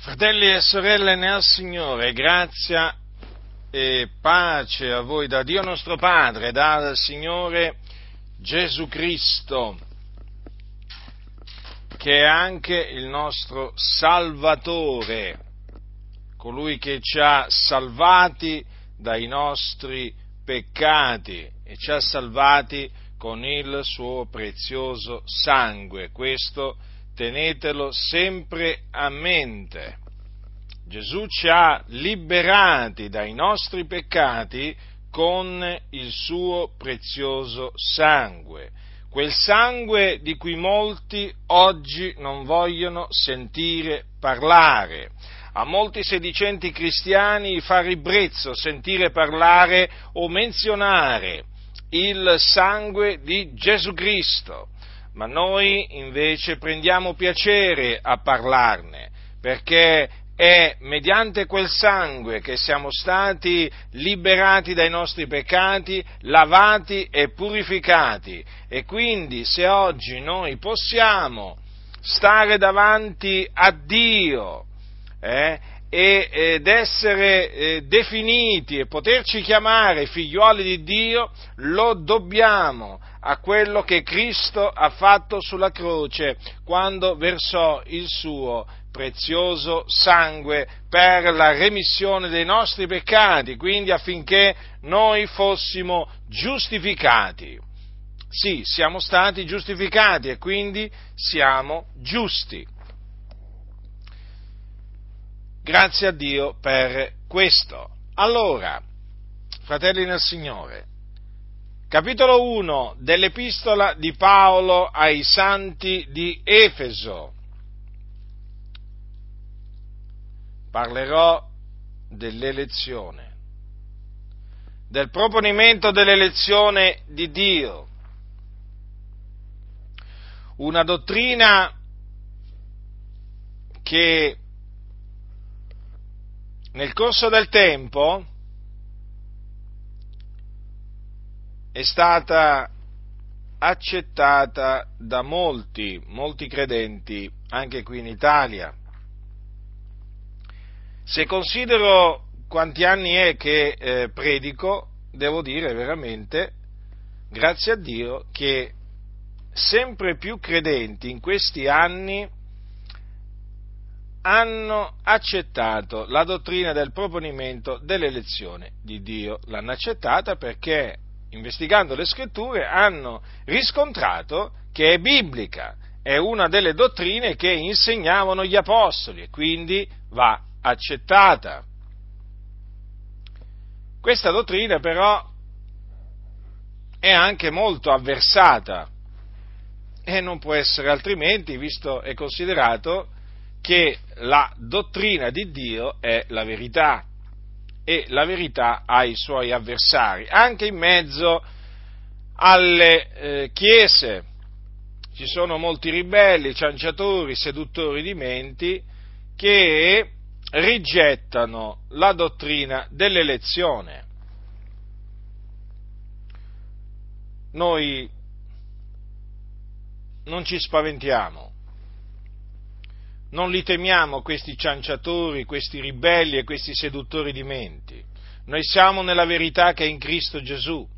Fratelli e sorelle nel Signore, grazia e pace a voi da Dio nostro Padre, dal Signore Gesù Cristo, che è anche il nostro Salvatore, colui che ci ha salvati dai nostri peccati e ci ha salvati con il suo prezioso sangue. Questo tenetelo sempre a mente. Gesù ci ha liberati dai nostri peccati con il suo prezioso sangue, quel sangue di cui molti oggi non vogliono sentire parlare. A molti sedicenti cristiani fa ribrezzo sentire parlare o menzionare il sangue di Gesù Cristo, ma noi invece prendiamo piacere a parlarne, perché è mediante quel sangue che siamo stati liberati dai nostri peccati, lavati e purificati, e quindi se oggi noi possiamo stare davanti a Dio ed essere definiti e poterci chiamare figliuoli di Dio, lo dobbiamo a quello che Cristo ha fatto sulla croce quando versò il suo prezioso sangue per la remissione dei nostri peccati, quindi affinché noi fossimo giustificati. Sì, siamo stati giustificati e quindi siamo giusti. Grazie a Dio per questo. Allora, fratelli nel Signore, capitolo 1 dell'Epistola di Paolo ai Santi di Efeso. Parlerò dell'elezione, del proponimento dell'elezione di Dio, una dottrina che nel corso del tempo è stata accettata da molti credenti anche qui in Italia. Se considero quanti anni è che predico, devo dire veramente, grazie a Dio, che sempre più credenti in questi anni hanno accettato la dottrina del proponimento dell'elezione di Dio. L'hanno accettata perché, investigando le Scritture, hanno riscontrato che è biblica, è una delle dottrine che insegnavano gli Apostoli e quindi va accettata. Questa dottrina però è anche molto avversata e non può essere altrimenti, visto e considerato che la dottrina di Dio è la verità e la verità ha i suoi avversari. Anche in mezzo alle chiese ci sono molti ribelli, cianciatori, seduttori di menti che rigettano la dottrina dell'elezione. Noi non ci spaventiamo, non li temiamo questi cianciatori, questi ribelli e questi seduttori di menti. Noi siamo nella verità che è in Cristo Gesù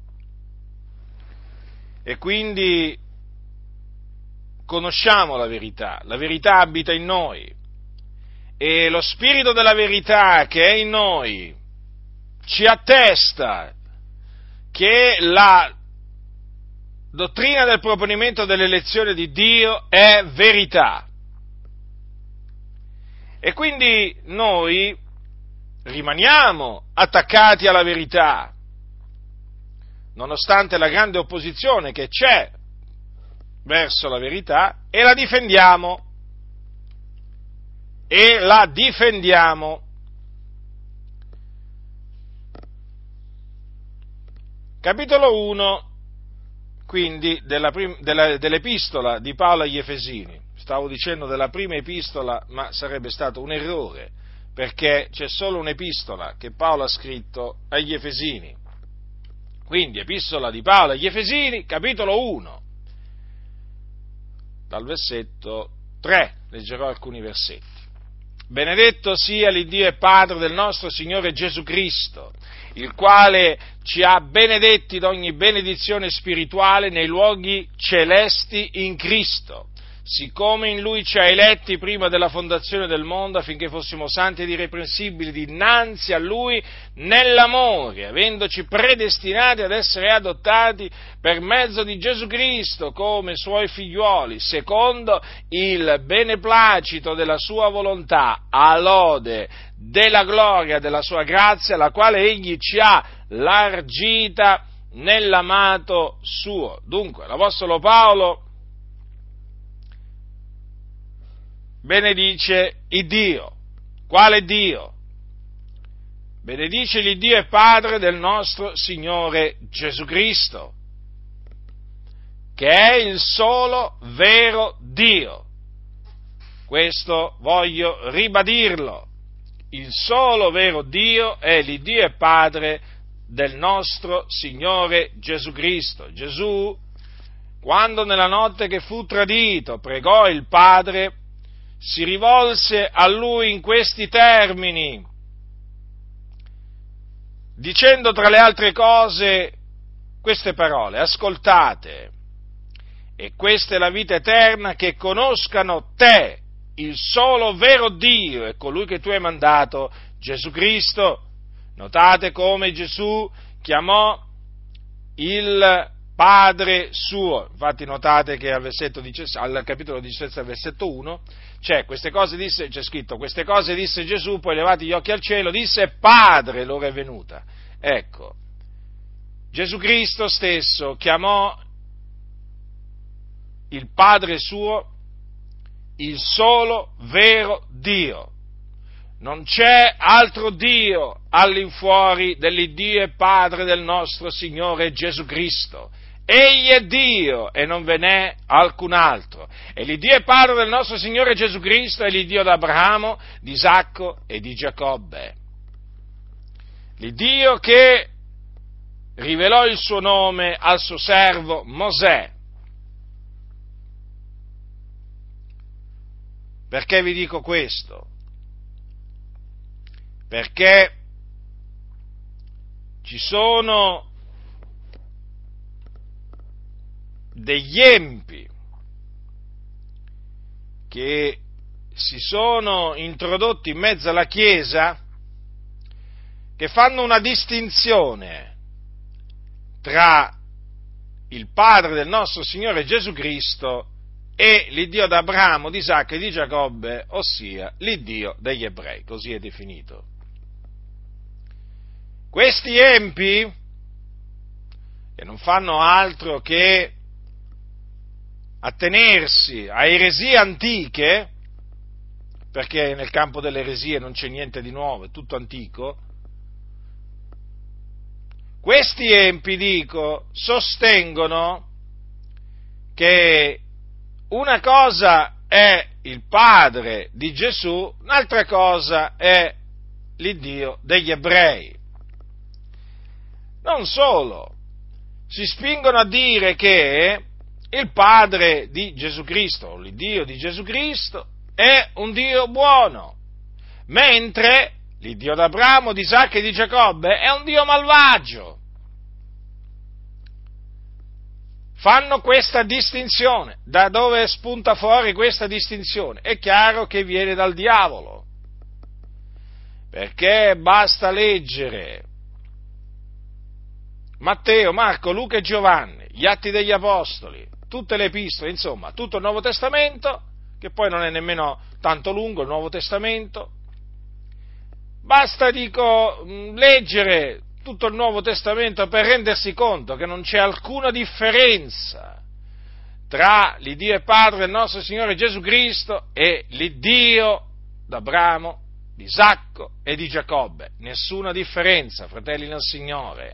e quindi conosciamo la verità abita in noi e lo Spirito della verità che è in noi ci attesta che la dottrina del proponimento dell'elezione di Dio è verità. E quindi noi rimaniamo attaccati alla verità, nonostante la grande opposizione che c'è verso la verità, e la difendiamo. Capitolo 1, quindi, dell'Epistola di Paolo agli Efesini. Stavo dicendo della prima epistola, ma sarebbe stato un errore, perché c'è solo un'epistola che Paolo ha scritto agli Efesini. Quindi, Epistola di Paolo agli Efesini, capitolo 1, dal versetto 3, leggerò alcuni versetti. Benedetto sia l'Iddio e Padre del nostro Signore Gesù Cristo, il quale ci ha benedetti d'ogni benedizione spirituale nei luoghi celesti in Cristo, siccome in Lui ci ha eletti prima della fondazione del mondo affinché fossimo santi ed irreprensibili dinanzi a Lui nell'amore, avendoci predestinati ad essere adottati per mezzo di Gesù Cristo come Suoi figliuoli, secondo il beneplacito della Sua volontà, a lode della gloria della Sua grazia, la quale Egli ci ha largita nell'amato Suo. Dunque, l'Apostolo Paolo benedice il Dio. Quale Dio? Benedice l'Iddio e Padre del nostro Signore Gesù Cristo, che è il solo vero Dio. Questo voglio ribadirlo. Il solo vero Dio è l'Iddio e Padre del nostro Signore Gesù Cristo. Gesù, quando nella notte che fu tradito pregò il Padre, si rivolse a Lui in questi termini, dicendo tra le altre cose queste parole: ascoltate, e questa è la vita eterna, che conoscano te, il solo vero Dio, e colui che tu hai mandato, Gesù Cristo. Notate come Gesù chiamò il Padre suo. Infatti notate che al capitolo 17, versetto 1, c'è scritto: queste cose disse Gesù, poi levati gli occhi al cielo, disse: Padre, l'ora è venuta. Ecco, Gesù Cristo stesso chiamò il Padre suo il solo vero Dio. Non c'è altro Dio all'infuori dell'Iddio e Padre del nostro Signore Gesù Cristo. Egli è Dio e non ve n'è alcun altro. E l'Iddio e Padre del nostro Signore Gesù Cristo è l'Iddio d'Abramo, di Isacco e di Giacobbe. L'Iddio che rivelò il suo nome al suo servo Mosè. Perché vi dico questo? Perché ci sono degli empi che si sono introdotti in mezzo alla Chiesa, che fanno una distinzione tra il Padre del nostro Signore Gesù Cristo e l'Iddio d'Abramo, di Isacco e di Giacobbe, ossia l'Iddio degli ebrei, così è definito. Questi empi, che non fanno altro che attenersi a eresie antiche, perché nel campo delle eresie non c'è niente di nuovo, è tutto antico, questi empi, sostengono che una cosa è il Padre di Gesù, un'altra cosa è l'Iddio degli ebrei. Non solo, si spingono a dire che il Padre di Gesù Cristo, l'Iddio di Gesù Cristo, è un Dio buono, mentre l'Iddio d'Abramo, di Isacco e di Giacobbe è un Dio malvagio. Fanno questa distinzione. Da dove spunta fuori questa distinzione? È chiaro che viene dal diavolo, perché basta leggere Matteo, Marco, Luca e Giovanni, gli Atti degli Apostoli, tutte le epistole, insomma, tutto il Nuovo Testamento, che poi non è nemmeno tanto lungo il Nuovo Testamento. Basta, leggere tutto il Nuovo Testamento per rendersi conto che non c'è alcuna differenza tra l'Iddio e Padre del nostro Signore Gesù Cristo e l'Iddio d'Abramo, di Isacco e di Giacobbe. Nessuna differenza, fratelli nel Signore.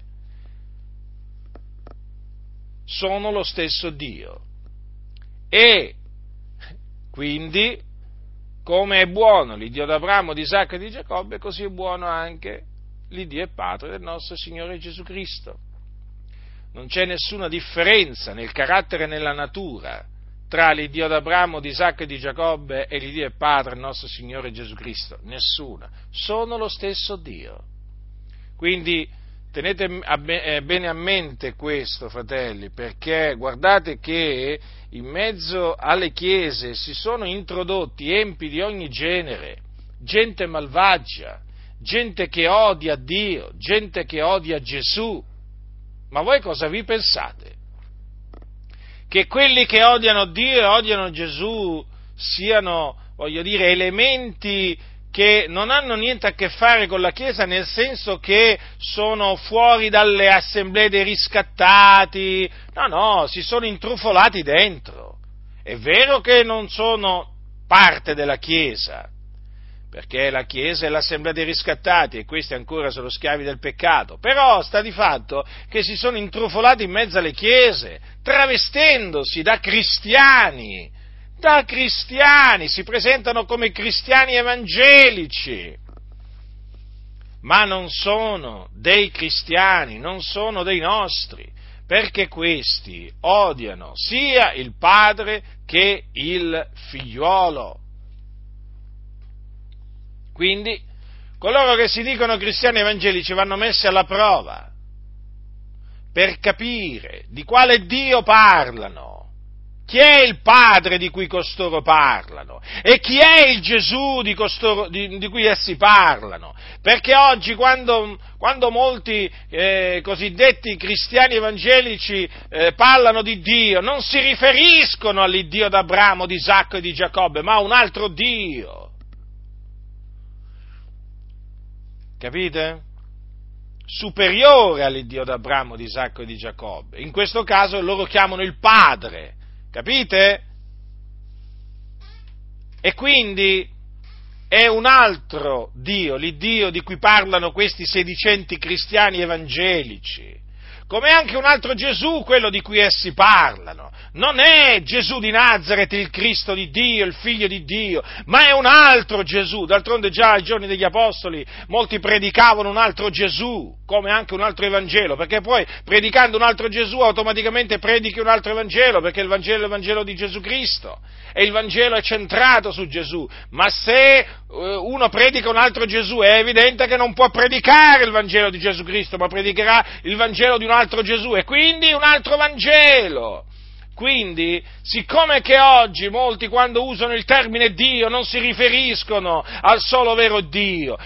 Sono lo stesso Dio. E quindi, come è buono l'Iddio d'Abramo, di Isacco e di Giacobbe, così è buono anche l'Iddio e Padre del nostro Signore Gesù Cristo. Non c'è nessuna differenza nel carattere e nella natura tra l'Iddio d'Abramo, di Isacco e di Giacobbe e l'Iddio e Padre, il nostro Signore Gesù Cristo? Nessuna. Sono lo stesso Dio. Quindi tenete bene a mente questo, fratelli, perché guardate che in mezzo alle chiese si sono introdotti empi di ogni genere, gente malvagia, gente che odia Dio, gente che odia Gesù. Ma voi cosa vi pensate? Che quelli che odiano Dio e odiano Gesù siano, elementi che non hanno niente a che fare con la Chiesa, nel senso che sono fuori dalle assemblee dei riscattati? No, si sono intrufolati dentro. È vero che non sono parte della Chiesa, perché la Chiesa è l'assemblea dei riscattati e questi ancora sono schiavi del peccato, però sta di fatto che si sono intrufolati in mezzo alle chiese, travestendosi da cristiani, si presentano come cristiani evangelici, ma non sono dei cristiani, non sono dei nostri, perché questi odiano sia il padre che il figliuolo. Quindi coloro che si dicono cristiani evangelici vanno messi alla prova per capire di quale Dio parlano, chi è il Padre di cui costoro parlano e chi è il Gesù di cui essi parlano, perché oggi quando molti cosiddetti cristiani evangelici parlano di Dio non si riferiscono all'Iddio d'Abramo, di Isacco e di Giacobbe, ma a un altro Dio. Capite? Superiore all'Iddio d'Abramo, di Isacco e di Giacobbe. In questo caso loro chiamano il Padre, capite? E quindi è un altro Dio, l'Iddio di cui parlano questi sedicenti cristiani evangelici, come anche un altro Gesù, quello di cui essi parlano. Non è Gesù di Nazaret, il Cristo di Dio, il Figlio di Dio, ma è un altro Gesù. D'altronde già ai giorni degli Apostoli molti predicavano un altro Gesù, come anche un altro Evangelo, perché poi predicando un altro Gesù automaticamente predichi un altro Evangelo, perché il Vangelo è l'Evangelo di Gesù Cristo e il Vangelo è centrato su Gesù. Ma se uno predica un altro Gesù è evidente che non può predicare il Vangelo di Gesù Cristo, ma predicherà il Vangelo di un altro Gesù e quindi un altro Vangelo. Quindi, siccome che oggi molti quando usano il termine Dio non si riferiscono al solo vero Dio,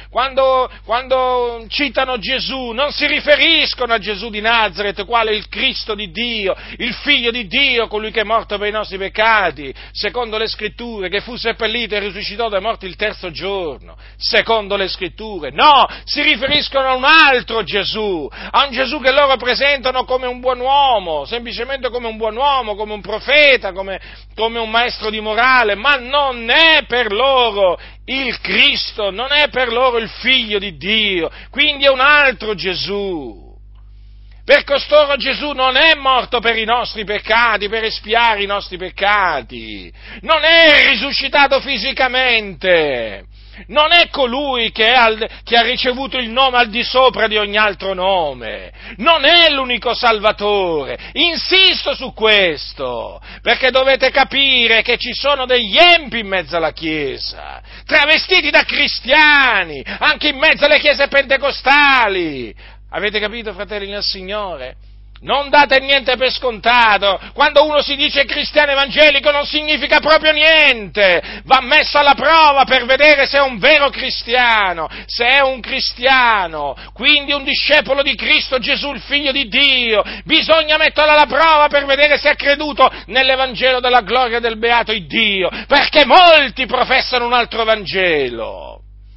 quando citano Gesù non si riferiscono a Gesù di Nazaret, quale il Cristo di Dio, il Figlio di Dio, colui che è morto per i nostri peccati, secondo le Scritture, che fu seppellito e risuscitò dai morti il terzo giorno, secondo le Scritture. No, si riferiscono a un altro Gesù, a un Gesù che loro presentano come un buon uomo, semplicemente come un buon uomo, come un profeta, come un maestro di morale, ma non è per loro il Cristo, non è per loro il Figlio di Dio, quindi è un altro Gesù. Per costoro Gesù non è morto per i nostri peccati, per espiare i nostri peccati, non è risuscitato fisicamente, non è colui che ha ricevuto il nome al di sopra di ogni altro nome, non è l'unico Salvatore. Insisto su questo, perché dovete capire che ci sono degli empi in mezzo alla Chiesa, travestiti da cristiani, anche in mezzo alle chiese pentecostali. Avete capito, fratelli nel Signore? Non date niente per scontato. Quando uno si dice cristiano evangelico non significa proprio niente. Va messo alla prova per vedere se è un vero cristiano, se è un cristiano, quindi un discepolo di Cristo Gesù, il Figlio di Dio. Bisogna metterlo alla prova per vedere se ha creduto nell'Evangelo della gloria del beato Dio, perché molti professano un altro Vangelo.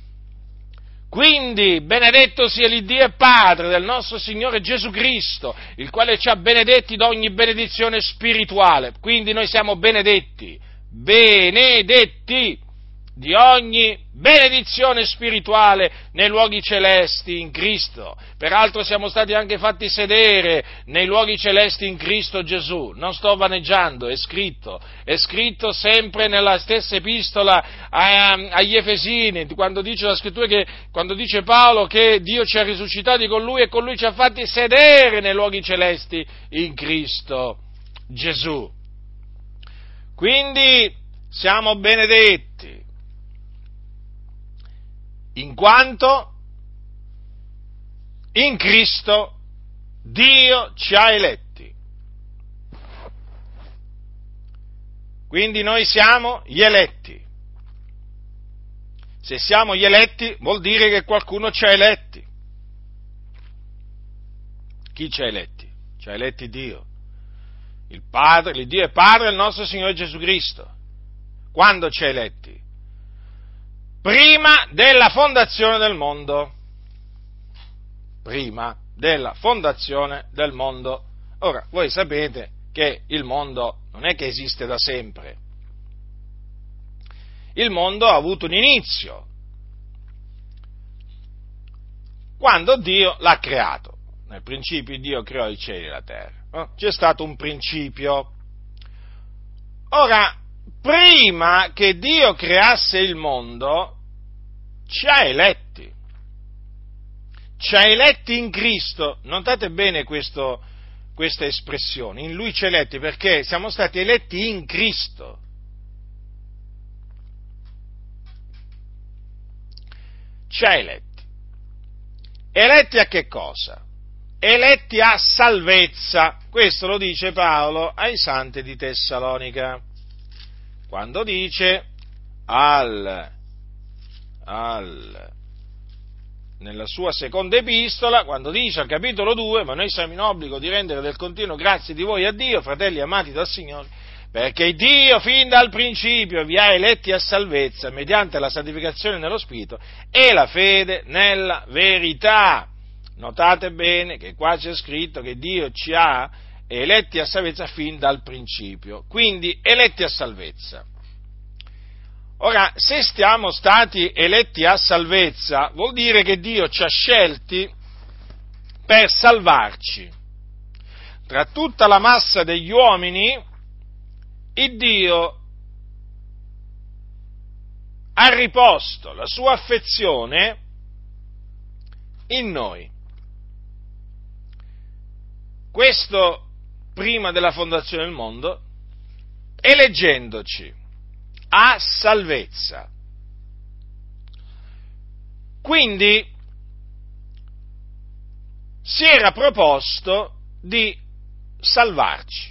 Quindi, benedetto sia l'Iddio e Padre del nostro Signore Gesù Cristo, il quale ci ha benedetti d'ogni benedizione spirituale. Quindi noi siamo benedetti di ogni benedizione spirituale nei luoghi celesti in Cristo. Peraltro siamo stati anche fatti sedere nei luoghi celesti in Cristo Gesù. Non sto vaneggiando, è scritto sempre nella stessa epistola agli Efesini, quando dice la Scrittura quando dice Paolo che Dio ci ha risuscitati con Lui e con Lui ci ha fatti sedere nei luoghi celesti in Cristo Gesù. Quindi siamo benedetti, in quanto in Cristo Dio ci ha eletti. Quindi noi siamo gli eletti. Se siamo gli eletti, vuol dire che qualcuno ci ha eletti. Chi ci ha eletti? Ci ha eletti Dio. Il Padre, l'Iddio e Padre del nostro Signore Gesù Cristo. Quando ci ha eletti? Prima della fondazione del mondo. Prima della fondazione del mondo. Ora, voi sapete che il mondo non è che esiste da sempre. Il mondo ha avuto un inizio, quando Dio l'ha creato. Nel principio Dio creò i cieli e la terra. C'è stato un principio. Ora, prima che Dio creasse il mondo, ci ha eletti. Ci ha eletti in Cristo. Notate bene questa espressione, in Lui ci ha eletti, perché siamo stati eletti in Cristo. Ci ha eletti. Eletti a che cosa? Eletti a salvezza. Questo lo dice Paolo ai santi di Tessalonica, quando dice nella sua seconda epistola, quando dice al capitolo 2, ma noi siamo in obbligo di rendere del continuo grazie di voi a Dio, fratelli amati dal Signore, perché Dio fin dal principio vi ha eletti a salvezza mediante la santificazione nello Spirito e la fede nella verità. Notate bene che qua c'è scritto che Dio ci ha eletti a salvezza fin dal principio, quindi eletti a salvezza. Ora, se siamo stati eletti a salvezza, vuol dire che Dio ci ha scelti per salvarci. Tra tutta la massa degli uomini, il Dio ha riposto la sua affezione in noi. Questo prima della fondazione del mondo, eleggendoci a salvezza. Quindi si era proposto di salvarci.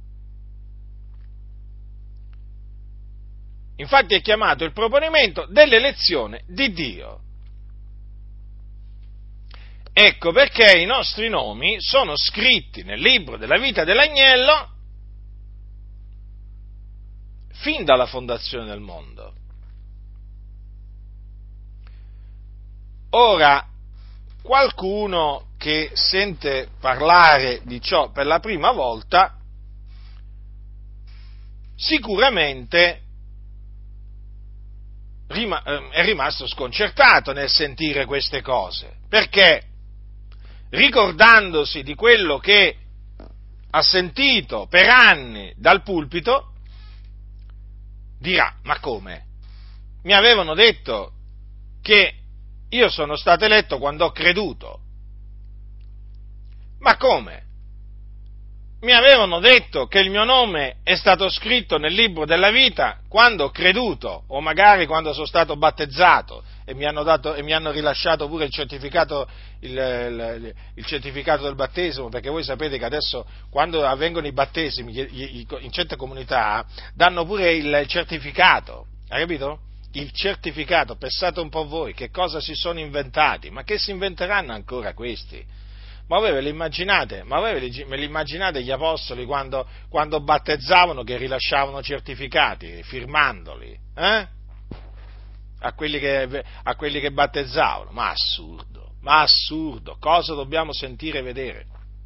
Infatti è chiamato il proponimento dell'elezione di Dio. Ecco perché i nostri nomi sono scritti nel libro della vita dell'agnello fin dalla fondazione del mondo. Ora, qualcuno che sente parlare di ciò per la prima volta, sicuramente è rimasto sconcertato nel sentire queste cose, perché ricordandosi di quello che ha sentito per anni dal pulpito, dirà: ma come? Mi avevano detto che io sono stato eletto quando ho creduto. Ma come? Mi avevano detto che il mio nome è stato scritto nel libro della vita quando ho creduto, o magari quando sono stato battezzato e mi hanno rilasciato pure il certificato, il certificato del battesimo, perché voi sapete che adesso quando avvengono i battesimi in certe comunità danno pure il certificato, hai capito? Il certificato. Pensate un po' voi che cosa si sono inventati, ma che si inventeranno ancora questi? Ma voi ve li immaginate? Me li immaginate gli apostoli quando battezzavano, che rilasciavano certificati, firmandoli, a quelli che battezzavano? Ma assurdo, cosa dobbiamo sentire e vedere?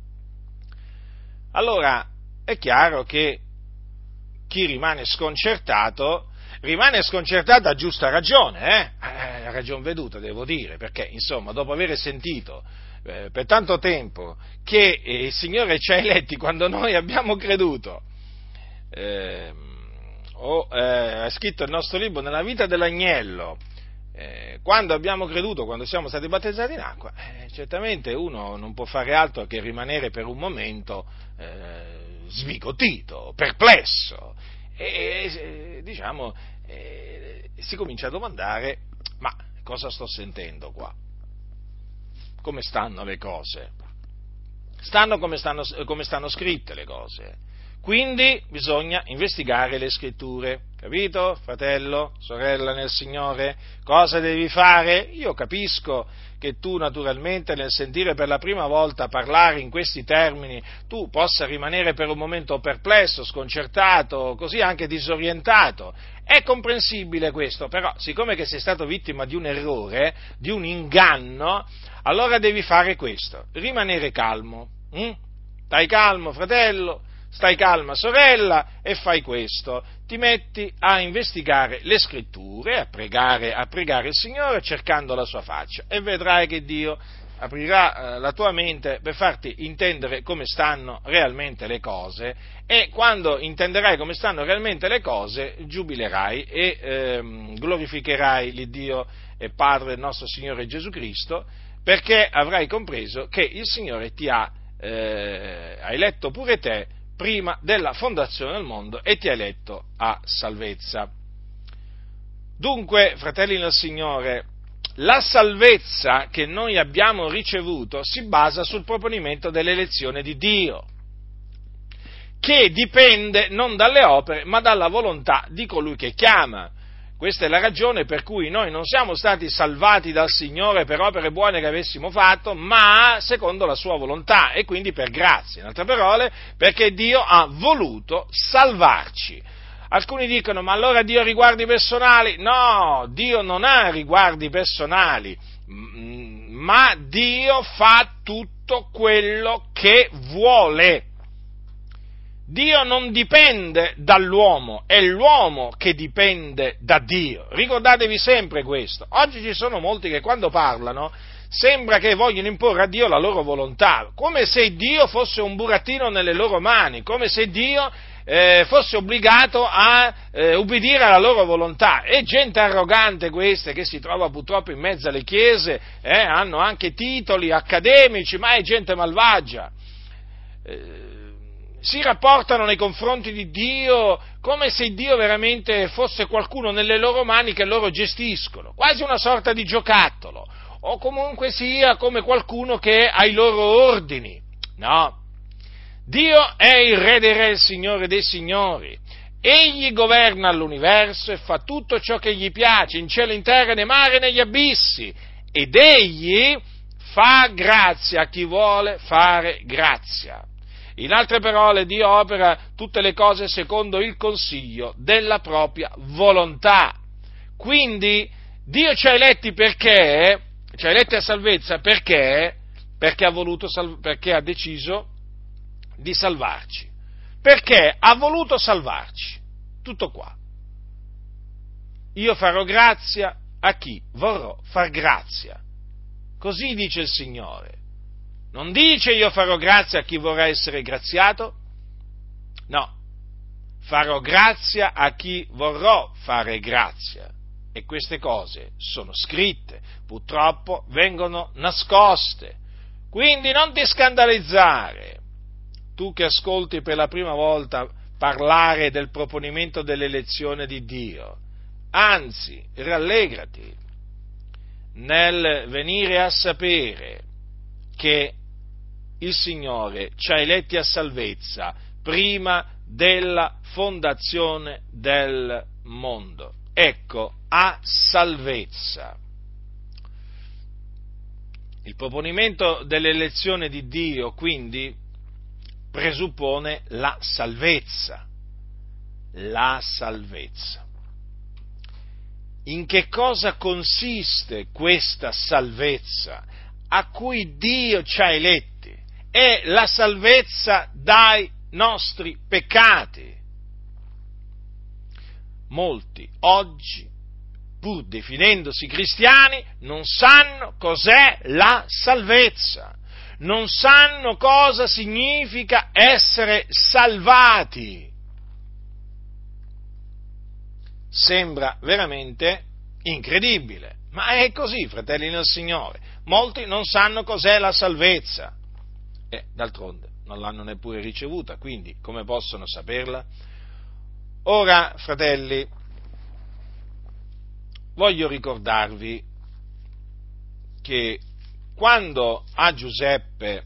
Allora, è chiaro che chi rimane sconcertato a giusta ragione, a ragion veduta, devo dire, perché, insomma, dopo aver sentito per tanto tempo che il Signore ci ha eletti quando noi abbiamo creduto, è scritto il nostro libro nella vita dell'agnello, quando abbiamo creduto, quando siamo stati battezzati in acqua, certamente uno non può fare altro che rimanere per un momento sbigottito, perplesso, si comincia a domandare: ma cosa sto sentendo qua? Come stanno le cose? Stanno come stanno scritte le cose. Quindi bisogna investigare le scritture, capito, fratello, sorella nel Signore? Cosa devi fare? Io capisco che tu naturalmente nel sentire per la prima volta parlare in questi termini tu possa rimanere per un momento perplesso, sconcertato, così anche disorientato. È comprensibile questo, però siccome che sei stato vittima di un errore, di un inganno, allora devi fare questo: rimanere calmo. Stai calmo, fratello, stai calma, sorella, e fai questo: ti metti a investigare le scritture, a pregare il Signore cercando la sua faccia, e vedrai che Dio aprirà la tua mente per farti intendere come stanno realmente le cose, e quando intenderai come stanno realmente le cose giubilerai e glorificherai l'Iddio e Padre del nostro Signore Gesù Cristo, perché avrai compreso che il Signore ti ha eletto pure te prima della fondazione del mondo e ti ha eletto a salvezza. Dunque, fratelli nel Signore, la salvezza che noi abbiamo ricevuto si basa sul proponimento dell'elezione di Dio, che dipende non dalle opere ma dalla volontà di colui che chiama. Questa è la ragione per cui noi non siamo stati salvati dal Signore per opere buone che avessimo fatto, ma secondo la sua volontà, e quindi per grazia. In altre parole, perché Dio ha voluto salvarci. Alcuni dicono: ma allora Dio ha riguardi personali? No, Dio non ha riguardi personali, ma Dio fa tutto quello che vuole. Dio non dipende dall'uomo, è l'uomo che dipende da Dio. Ricordatevi sempre questo. Oggi ci sono molti che quando parlano sembra che vogliono imporre a Dio la loro volontà, come se Dio fosse un burattino nelle loro mani, come se Dio fosse obbligato a ubbidire alla loro volontà. È gente arrogante questa, che si trova purtroppo in mezzo alle chiese, hanno anche titoli accademici, ma è gente malvagia. Si rapportano nei confronti di Dio come se Dio veramente fosse qualcuno nelle loro mani che loro gestiscono, quasi una sorta di giocattolo, o comunque sia come qualcuno che ha i loro ordini. No, Dio è il Re dei Re, il Signore dei Signori. Egli governa l'universo e fa tutto ciò che gli piace, in cielo, in terra, nei mari e negli abissi, ed Egli fa grazia a chi vuole fare grazia. In altre parole, Dio opera tutte le cose secondo il consiglio della propria volontà. Quindi Dio ci ha eletti perché? Ci ha eletti a salvezza perché? Perché ha deciso di salvarci. Perché ha voluto salvarci. Tutto qua. Io farò grazia a chi vorrò far grazia. Così dice il Signore. Non dice: io farò grazia a chi vorrà essere graziato, no, farò grazia a chi vorrò fare grazia, e queste cose sono scritte, purtroppo vengono nascoste, quindi non ti scandalizzare, tu che ascolti per la prima volta parlare del proponimento dell'elezione di Dio, anzi, rallegrati nel venire a sapere che il Signore ci ha eletti a salvezza prima della fondazione del mondo. Ecco, a salvezza. Il proponimento dell'elezione di Dio, quindi, presuppone la salvezza. La salvezza. In che cosa consiste questa salvezza a cui Dio ci ha eletti? È la salvezza dai nostri peccati. Molti oggi, pur definendosi cristiani, non sanno cos'è la salvezza, non sanno cosa significa essere salvati. Sembra veramente incredibile, ma è così, fratelli nel Signore. Molti non sanno cos'è la salvezza. D'altronde non l'hanno neppure ricevuta, quindi come possono saperla? Ora, fratelli, voglio ricordarvi che quando a Giuseppe,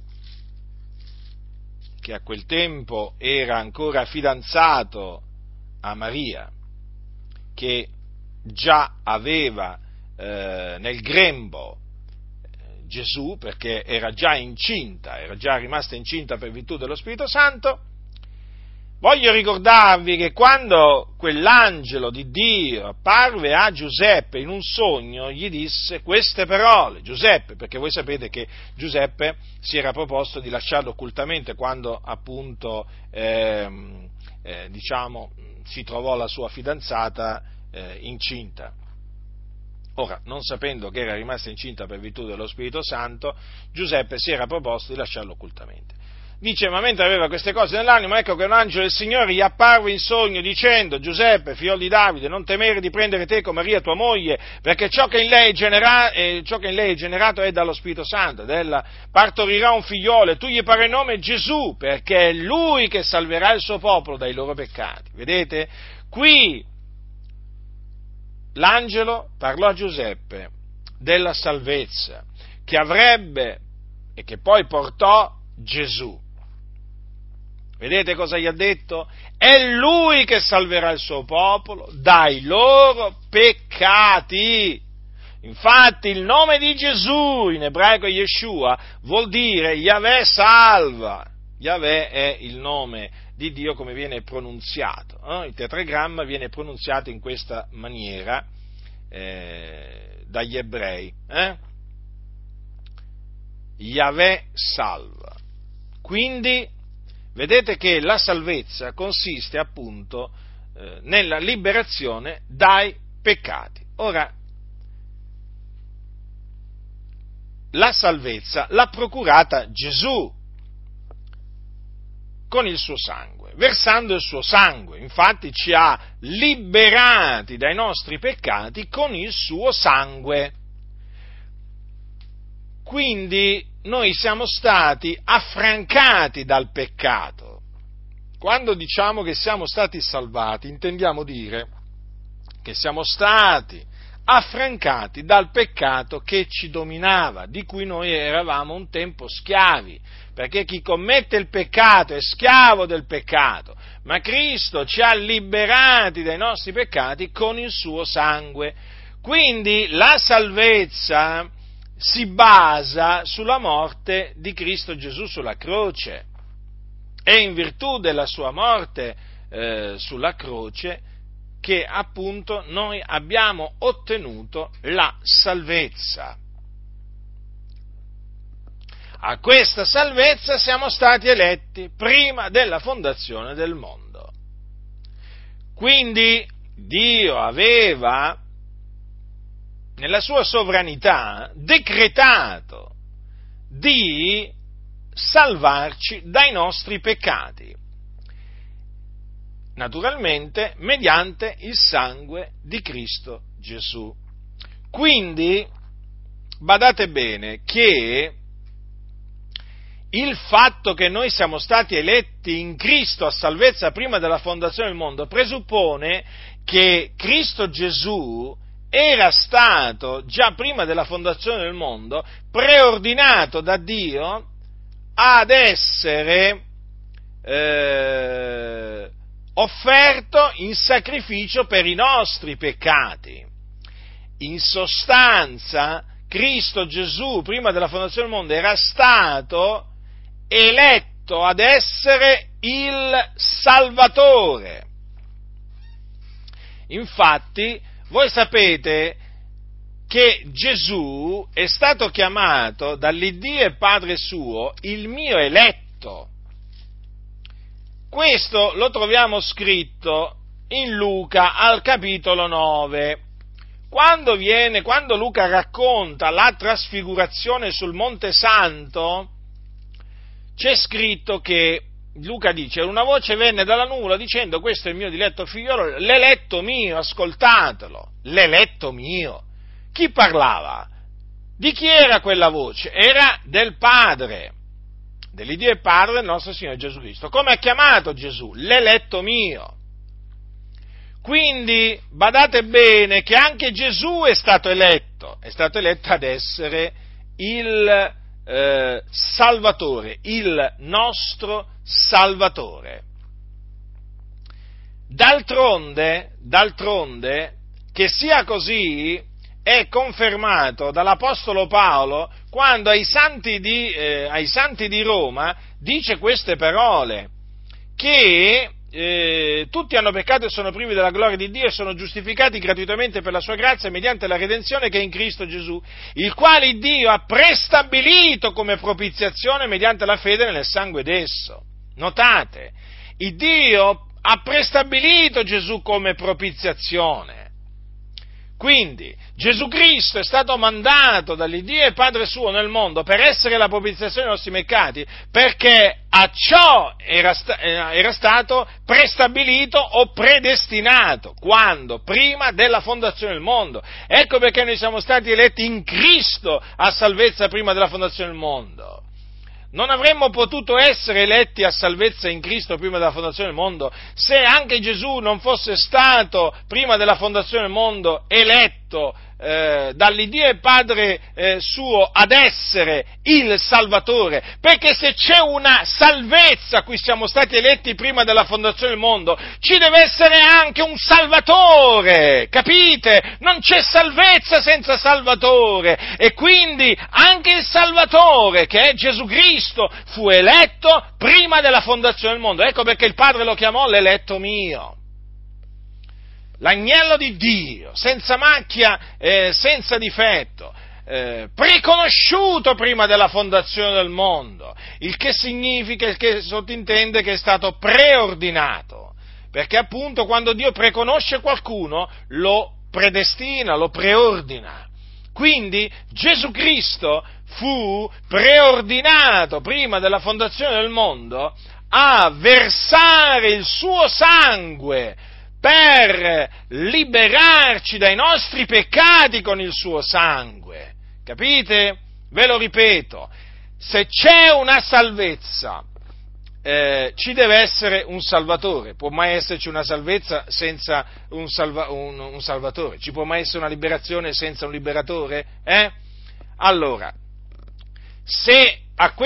che a quel tempo era ancora fidanzato a Maria, che già aveva nel grembo Gesù, perché era già incinta, era già rimasta incinta per virtù dello Spirito Santo, voglio ricordarvi che quando quell'angelo di Dio apparve a Giuseppe in un sogno, gli disse queste parole. Giuseppe, perché voi sapete che Giuseppe si era proposto di lasciarlo occultamente quando appunto si trovò la sua fidanzata incinta. Ora, non sapendo che era rimasta incinta per virtù dello Spirito Santo, Giuseppe si era proposto di lasciarlo occultamente. Dice, ma mentre aveva queste cose nell'animo, ecco che un angelo del Signore gli apparve in sogno dicendo, Giuseppe, figlio di Davide, non temere di prendere te con Maria tua moglie, perché ciò che in lei è generato è dallo Spirito Santo, ed ella partorirà un figliolo, e tu gli parai il nome Gesù, perché è lui che salverà il suo popolo dai loro peccati. Vedete? Qui l'angelo parlò a Giuseppe della salvezza che avrebbe e che poi portò Gesù. Vedete cosa gli ha detto? È lui che salverà il suo popolo dai loro peccati. Infatti il nome di Gesù, in ebraico Yeshua, vuol dire Yahweh salva. Yahweh è il nome di Dio come viene pronunziato. Il tetragramma viene pronunziato in questa maniera dagli ebrei. Yahweh salva. Quindi vedete che la salvezza consiste appunto nella liberazione dai peccati. Ora, la salvezza l'ha procurata Gesù con il suo sangue, versando il suo sangue. Infatti ci ha liberati dai nostri peccati con il suo sangue. Quindi noi siamo stati affrancati dal peccato. Quando diciamo che siamo stati salvati, intendiamo dire che siamo stati affrancati dal peccato che ci dominava, di cui noi eravamo un tempo schiavi, perché chi commette il peccato è schiavo del peccato, ma Cristo ci ha liberati dai nostri peccati con il suo sangue. Quindi la salvezza si basa sulla morte di Cristo Gesù sulla croce. È in virtù della sua morte sulla croce che appunto noi abbiamo ottenuto la salvezza. A questa salvezza siamo stati eletti prima della fondazione del mondo. Quindi Dio aveva nella sua sovranità decretato di salvarci dai nostri peccati, naturalmente mediante il sangue di Cristo Gesù. Quindi badate bene che il fatto che noi siamo stati eletti in Cristo a salvezza prima della fondazione del mondo presuppone che Cristo Gesù era stato già prima della fondazione del mondo preordinato da Dio ad essere offerto in sacrificio per i nostri peccati. In sostanza, Cristo Gesù, prima della fondazione del mondo, era stato eletto ad essere il Salvatore. Infatti, voi sapete che Gesù è stato chiamato dall'Iddio e Padre suo il mio eletto. Questo lo troviamo scritto in Luca al capitolo 9. Quando Luca racconta la trasfigurazione sul Monte Santo, c'è scritto che Luca dice: una voce venne dalla nuvola dicendo: questo è il mio diletto figliolo, l'eletto mio, ascoltatelo, l'eletto mio. Chi parlava? Di chi era quella voce? Era del Padre, dell'Iddio e Padre del nostro Signore Gesù Cristo. Come ha chiamato Gesù? L'eletto mio. Quindi badate bene che anche Gesù è stato eletto ad essere il Salvatore, il nostro Salvatore. D'altronde, che sia così è confermato dall'Apostolo Paolo quando ai santi di Roma dice queste parole, che tutti hanno peccato e sono privi della gloria di Dio e sono giustificati gratuitamente per la sua grazia mediante la redenzione che è in Cristo Gesù, il quale Dio ha prestabilito come propiziazione mediante la fede nel sangue d'esso. Notate, il Dio ha prestabilito Gesù come propiziazione. Quindi Gesù Cristo è stato mandato dall'Iddio e Padre suo nel mondo per essere la propiziazione dei nostri peccati, perché a ciò era stato prestabilito o predestinato. Quando? Prima della fondazione del mondo. Ecco perché noi siamo stati eletti in Cristo a salvezza prima della fondazione del mondo. Non avremmo potuto essere eletti a salvezza in Cristo prima della fondazione del mondo se anche Gesù non fosse stato prima della fondazione del mondo eletto dall'Iddio e Padre suo ad essere il Salvatore, perché se c'è una salvezza a cui siamo stati eletti prima della fondazione del mondo, ci deve essere anche un Salvatore, capite? Non c'è salvezza senza Salvatore, e quindi anche il Salvatore, che è Gesù Cristo, fu eletto prima della fondazione del mondo. Ecco perché il Padre lo chiamò l'eletto mio. L'agnello di Dio, senza macchia, senza difetto, preconosciuto prima della fondazione del mondo, il che significa, il che sottintende che è stato preordinato, perché appunto quando Dio preconosce qualcuno lo predestina, lo preordina. Quindi Gesù Cristo fu preordinato prima della fondazione del mondo a versare il suo sangue per liberarci dai nostri peccati con il suo sangue. Capite? Ve lo ripeto, se c'è una salvezza, ci deve essere un Salvatore. Può mai esserci una salvezza senza un Salvatore? Ci può mai essere una liberazione senza un liberatore? Allora, se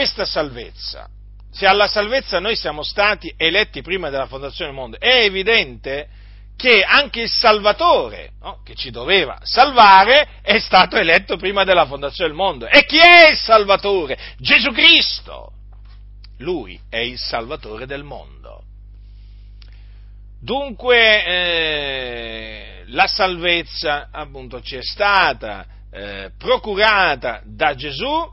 alla salvezza noi siamo stati eletti prima della fondazione del mondo, è evidente che anche il Salvatore, no, che ci doveva salvare, è stato eletto prima della fondazione del mondo. E chi è il Salvatore? Gesù Cristo! Lui è il Salvatore del mondo. Dunque, la salvezza, appunto, ci è stata procurata da Gesù,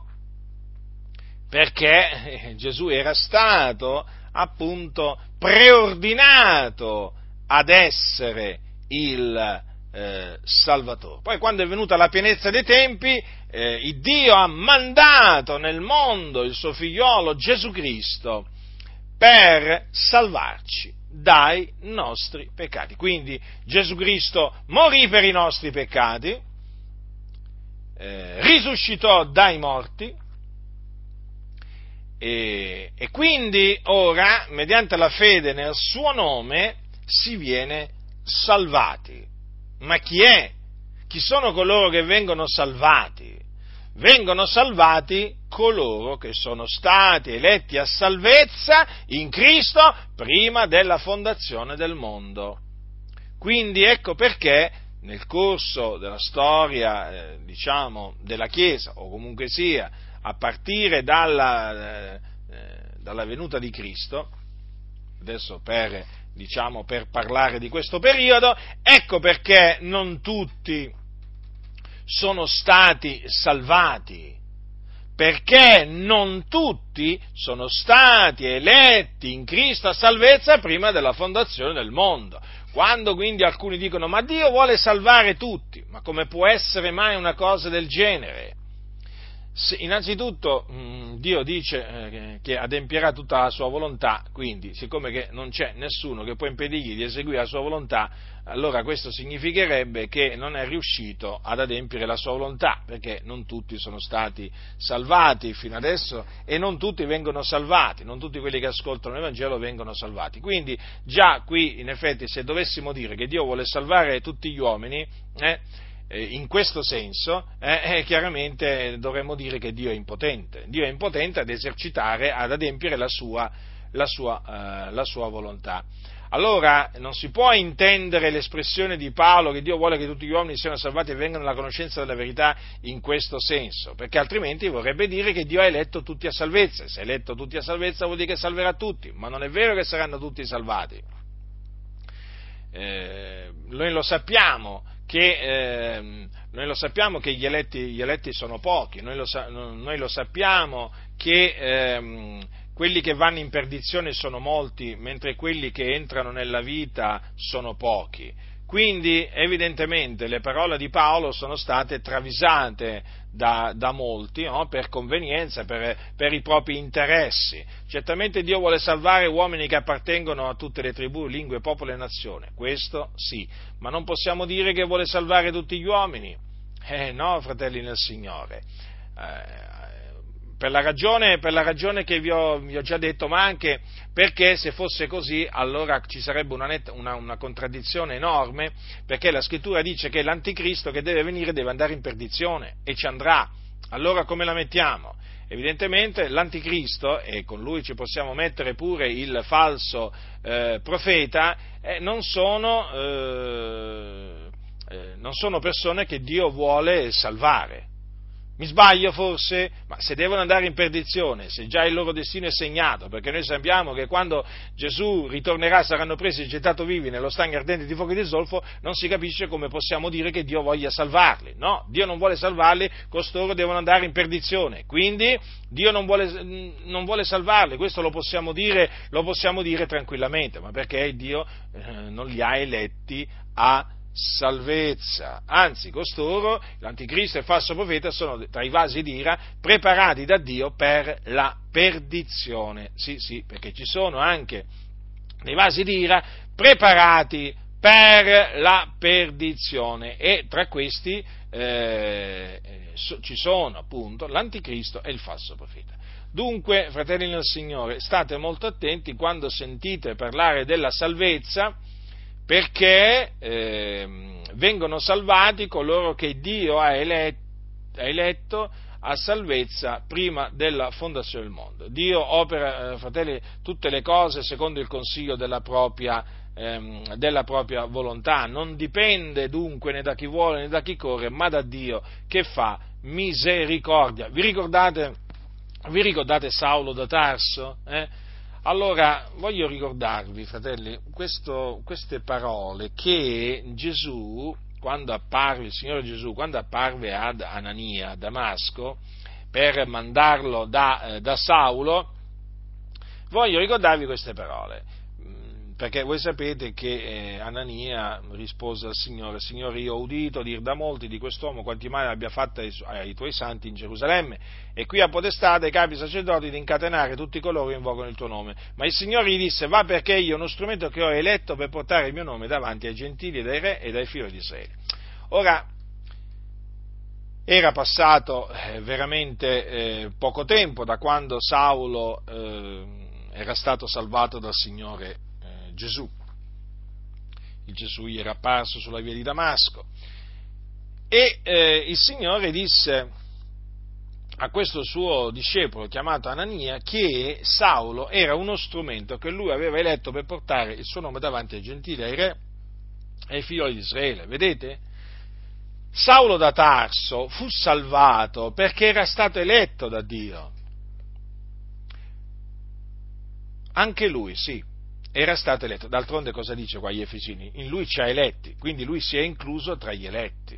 perché Gesù era stato, appunto, preordinato ad essere il Salvatore. Poi, quando è venuta la pienezza dei tempi, il Dio ha mandato nel mondo il suo figliolo Gesù Cristo per salvarci dai nostri peccati. Quindi Gesù Cristo morì per i nostri peccati, risuscitò dai morti, e quindi ora, mediante la fede nel suo nome, si viene salvati. Ma chi è? Chi sono coloro che vengono salvati? Vengono salvati coloro che sono stati eletti a salvezza in Cristo prima della fondazione del mondo. Quindi ecco perché nel corso della storia, della Chiesa, o comunque sia, a partire dalla venuta di Cristo, adesso per parlare di questo periodo, ecco perché non tutti sono stati salvati, perché non tutti sono stati eletti in Cristo a salvezza prima della fondazione del mondo. Quando quindi alcuni dicono: ma Dio vuole salvare tutti, ma come può essere mai una cosa del genere? Innanzitutto Dio dice che adempierà tutta la sua volontà, quindi siccome che non c'è nessuno che può impedirgli di eseguire la sua volontà, allora questo significherebbe che non è riuscito ad adempiere la sua volontà, perché non tutti sono stati salvati fino adesso e non tutti vengono salvati, non tutti quelli che ascoltano il Vangelo vengono salvati. Quindi già qui in effetti se dovessimo dire che Dio vuole salvare tutti gli uomini, in questo senso, chiaramente dovremmo dire che Dio è impotente ad esercitare, ad adempiere la sua volontà. Allora non si può intendere l'espressione di Paolo che Dio vuole che tutti gli uomini siano salvati e vengano alla conoscenza della verità in questo senso, perché altrimenti vorrebbe dire che Dio ha eletto tutti a salvezza. Se ha eletto tutti a salvezza vuol dire che salverà tutti, ma non è vero che saranno tutti salvati. Noi lo sappiamo che gli eletti sono pochi, noi lo sappiamo che quelli che vanno in perdizione sono molti, mentre quelli che entrano nella vita sono pochi. Quindi evidentemente le parole di Paolo sono state travisate da molti, no? Per convenienza, per i propri interessi. Certamente Dio vuole salvare uomini che appartengono a tutte le tribù, lingue, popolo e nazione, questo sì, ma non possiamo dire che vuole salvare tutti gli uomini. No, fratelli nel Signore. Per la ragione che vi ho già detto, ma anche perché se fosse così allora ci sarebbe una contraddizione enorme, perché la Scrittura dice che l'Anticristo che deve venire deve andare in perdizione e ci andrà. Allora come la mettiamo? Evidentemente l'Anticristo, e con lui ci possiamo mettere pure il falso profeta, non sono persone che Dio vuole salvare. Mi sbaglio forse? Ma se devono andare in perdizione, se già il loro destino è segnato, perché noi sappiamo che quando Gesù ritornerà saranno presi e gettati vivi nello stagno ardente di fuoco e di zolfo, non si capisce come possiamo dire che Dio voglia salvarli. No, Dio non vuole salvarli, costoro devono andare in perdizione. Quindi Dio non vuole salvarli, questo lo possiamo dire tranquillamente, ma perché Dio non li ha eletti a salvezza, anzi costoro, l'anticristo e il falso profeta, sono tra i vasi d'ira preparati da Dio per la perdizione. Sì, perché ci sono anche dei vasi d'ira preparati per la perdizione e tra questi ci sono appunto l'anticristo e il falso profeta. Dunque, fratelli nel Signore, state molto attenti quando sentite parlare della salvezza, perché vengono salvati coloro che Dio ha eletto a salvezza prima della fondazione del mondo. Dio opera, fratelli, tutte le cose secondo il consiglio della propria volontà, non dipende dunque né da chi vuole né da chi corre, ma da Dio che fa misericordia. Vi ricordate Saulo da Tarso? Allora, voglio ricordarvi, fratelli, queste parole che Gesù, il Signore Gesù, quando apparve ad Anania a Damasco, per mandarlo da Saulo, voglio ricordarvi queste parole, perché voi sapete che Anania rispose al Signore: Signore, io ho udito dire da molti di quest'uomo quanti mali abbia fatto ai tuoi santi in Gerusalemme, e qui ha potestà dei capi sacerdoti di incatenare tutti coloro che invocano il tuo nome. Ma il Signore gli disse: va, perché io uno strumento che ho eletto per portare il mio nome davanti ai gentili ed ai re ed ai figli di Israele. Ora, era passato veramente poco tempo da quando Saulo era stato salvato dal Signore Gesù. Il Gesù gli era apparso sulla via di Damasco e il Signore disse a questo suo discepolo chiamato Anania che Saulo era uno strumento che lui aveva eletto per portare il suo nome davanti ai gentili, ai re e ai figli di Israele. Vedete? Saulo da Tarso fu salvato perché era stato eletto da Dio. Anche lui, sì, era stato eletto. D'altronde cosa dice qua agli Efesini? In lui ci ha eletti, quindi lui si è incluso tra gli eletti.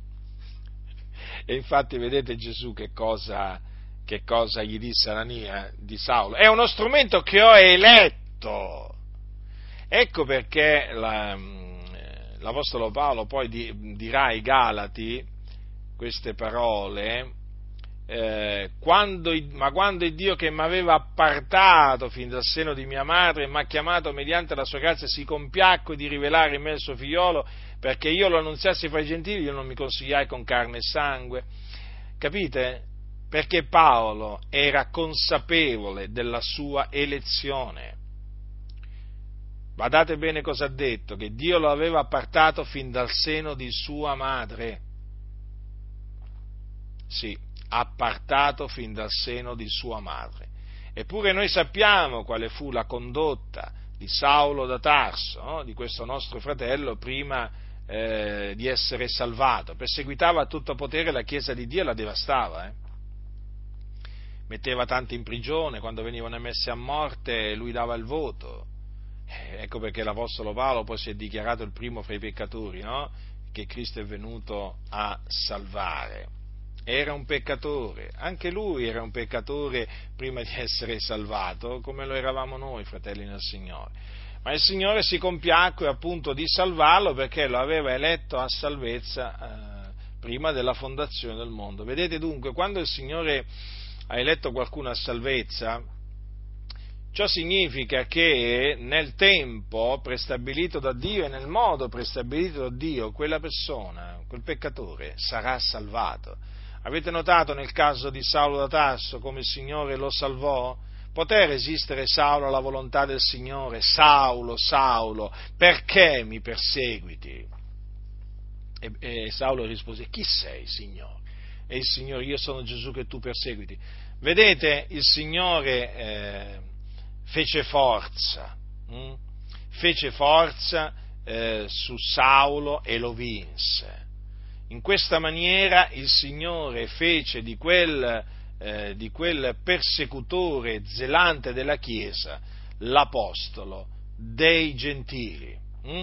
E infatti vedete Gesù che cosa gli disse Anania di Saulo? È uno strumento che ho eletto. Ecco perché l'Apostolo Paolo poi dirà ai Galati queste parole quando il Dio che mi aveva appartato fin dal seno di mia madre e mi ha chiamato mediante la sua grazia si compiacque di rivelare in me il suo figliolo perché io lo annunziassi fra i gentili, io non mi consigliai con carne e sangue. Capite? Perché Paolo era consapevole della sua elezione. Badate bene cosa ha detto, che Dio lo aveva appartato fin dal seno di sua madre. Sì, appartato fin dal seno di sua madre. Eppure noi sappiamo quale fu la condotta di Saulo da Tarso, no? Di questo nostro fratello prima di essere salvato. Perseguitava a tutto potere la Chiesa di Dio e la devastava. Metteva tanti in prigione, quando venivano messi a morte lui dava il voto. Ecco perché l'Apostolo Paolo poi si è dichiarato il primo fra i peccatori, no? Che Cristo è venuto a salvare. Era un peccatore, anche lui era un peccatore prima di essere salvato, come lo eravamo noi, fratelli nel Signore. Ma il Signore si compiacque appunto di salvarlo perché lo aveva eletto a salvezza prima della fondazione del mondo. Vedete dunque, quando il Signore ha eletto qualcuno a salvezza, ciò significa che nel tempo prestabilito da Dio e nel modo prestabilito da Dio, quella persona, quel peccatore, sarà salvato. Avete notato nel caso di Saulo da Tarso come il Signore lo salvò? Poté resistere Saulo alla volontà del Signore? Saulo, Saulo, perché mi perseguiti? E Saulo rispose, chi sei, Signore? E il Signore, io sono Gesù che tu perseguiti. Vedete, il Signore fece forza su Saulo e lo vinse. In questa maniera il Signore fece di quel persecutore zelante della Chiesa l'apostolo dei gentili.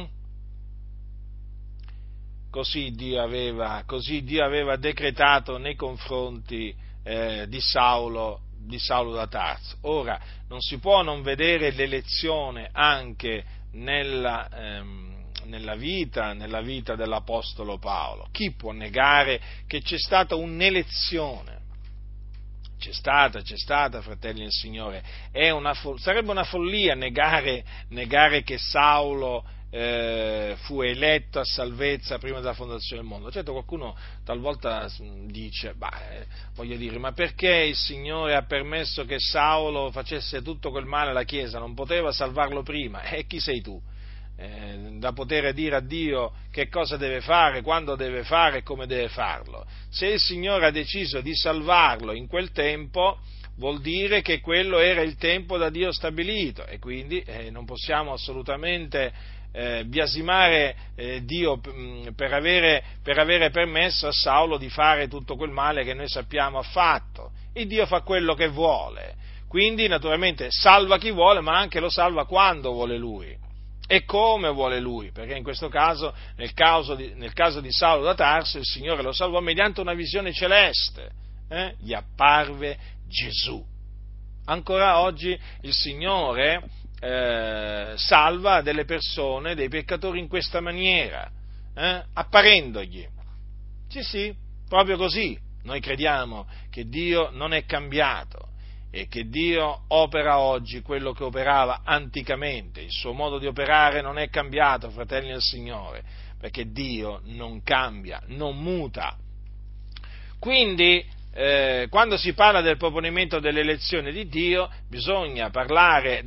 Così Dio aveva decretato nei confronti di Saulo da Tarso. Ora, non si può non vedere l'elezione anche nella vita dell'Apostolo Paolo. Chi può negare che c'è stata un'elezione? C'è stata, fratelli del Signore. Sarebbe una follia negare che Saulo fu eletto a salvezza prima della fondazione del mondo. Certo, qualcuno talvolta dice, ma perché il Signore ha permesso che Saulo facesse tutto quel male alla Chiesa? Non poteva salvarlo prima? E chi sei tu? Da poter dire a Dio che cosa deve fare, quando deve fare e come deve farlo. Se il Signore ha deciso di salvarlo in quel tempo, vuol dire che quello era il tempo da Dio stabilito e quindi non possiamo assolutamente biasimare Dio per avere permesso a Saulo di fare tutto quel male che noi sappiamo ha fatto. Il Dio fa quello che vuole, quindi naturalmente salva chi vuole, ma anche lo salva quando vuole Lui e come vuole Lui, perché in questo caso, nel caso di Saulo da Tarso, il Signore lo salvò mediante una visione celeste, gli apparve Gesù. Ancora oggi il Signore salva delle persone, dei peccatori in questa maniera, apparendogli. Sì, proprio così. Noi crediamo che Dio non è cambiato e che Dio opera oggi quello che operava anticamente. Il suo modo di operare non è cambiato, fratelli del Signore, perché Dio non cambia, non muta. Quindi, quando si parla del proponimento dell'elezione di Dio, bisogna parlare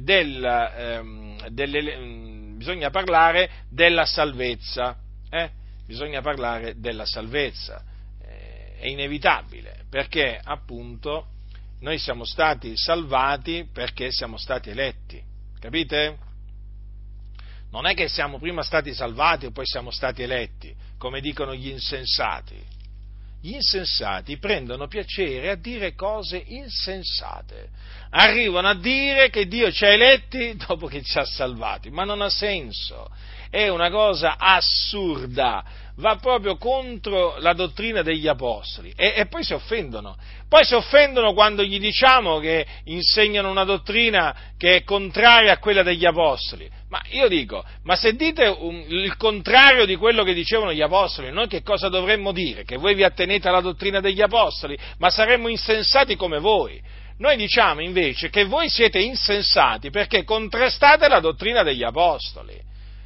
della salvezza. Bisogna parlare della salvezza. È inevitabile, perché appunto noi siamo stati salvati perché siamo stati eletti, capite? Non è che siamo prima stati salvati e poi siamo stati eletti, come dicono gli insensati. Gli insensati prendono piacere a dire cose insensate, arrivano a dire che Dio ci ha eletti dopo che ci ha salvati, ma non ha senso, è una cosa assurda, va proprio contro la dottrina degli apostoli e poi si offendono. Poi si offendono quando gli diciamo che insegnano una dottrina che è contraria a quella degli apostoli. Ma io dico, ma se dite il contrario di quello che dicevano gli apostoli, noi che cosa dovremmo dire? Che voi vi attenete alla dottrina degli apostoli? Ma saremmo insensati come voi. Noi diciamo invece che voi siete insensati perché contrastate la dottrina degli apostoli.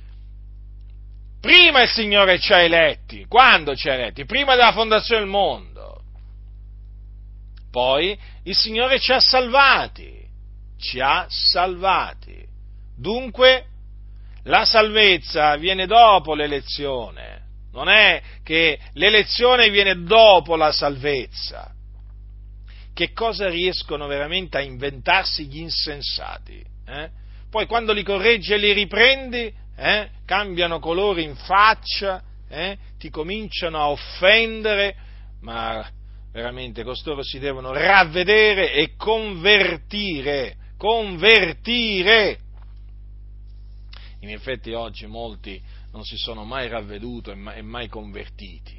Prima il Signore ci ha eletti. Quando ci ha eletti? Prima della fondazione del mondo. Poi il Signore ci ha salvati. Ci ha salvati. Dunque, la salvezza viene dopo l'elezione. Non è che l'elezione viene dopo la salvezza. Che cosa riescono veramente a inventarsi gli insensati? Poi quando li correggi e li riprendi, cambiano colore in faccia, ti cominciano a offendere, ma veramente costoro si devono ravvedere e convertire. In effetti oggi molti non si sono mai ravveduti e mai convertiti.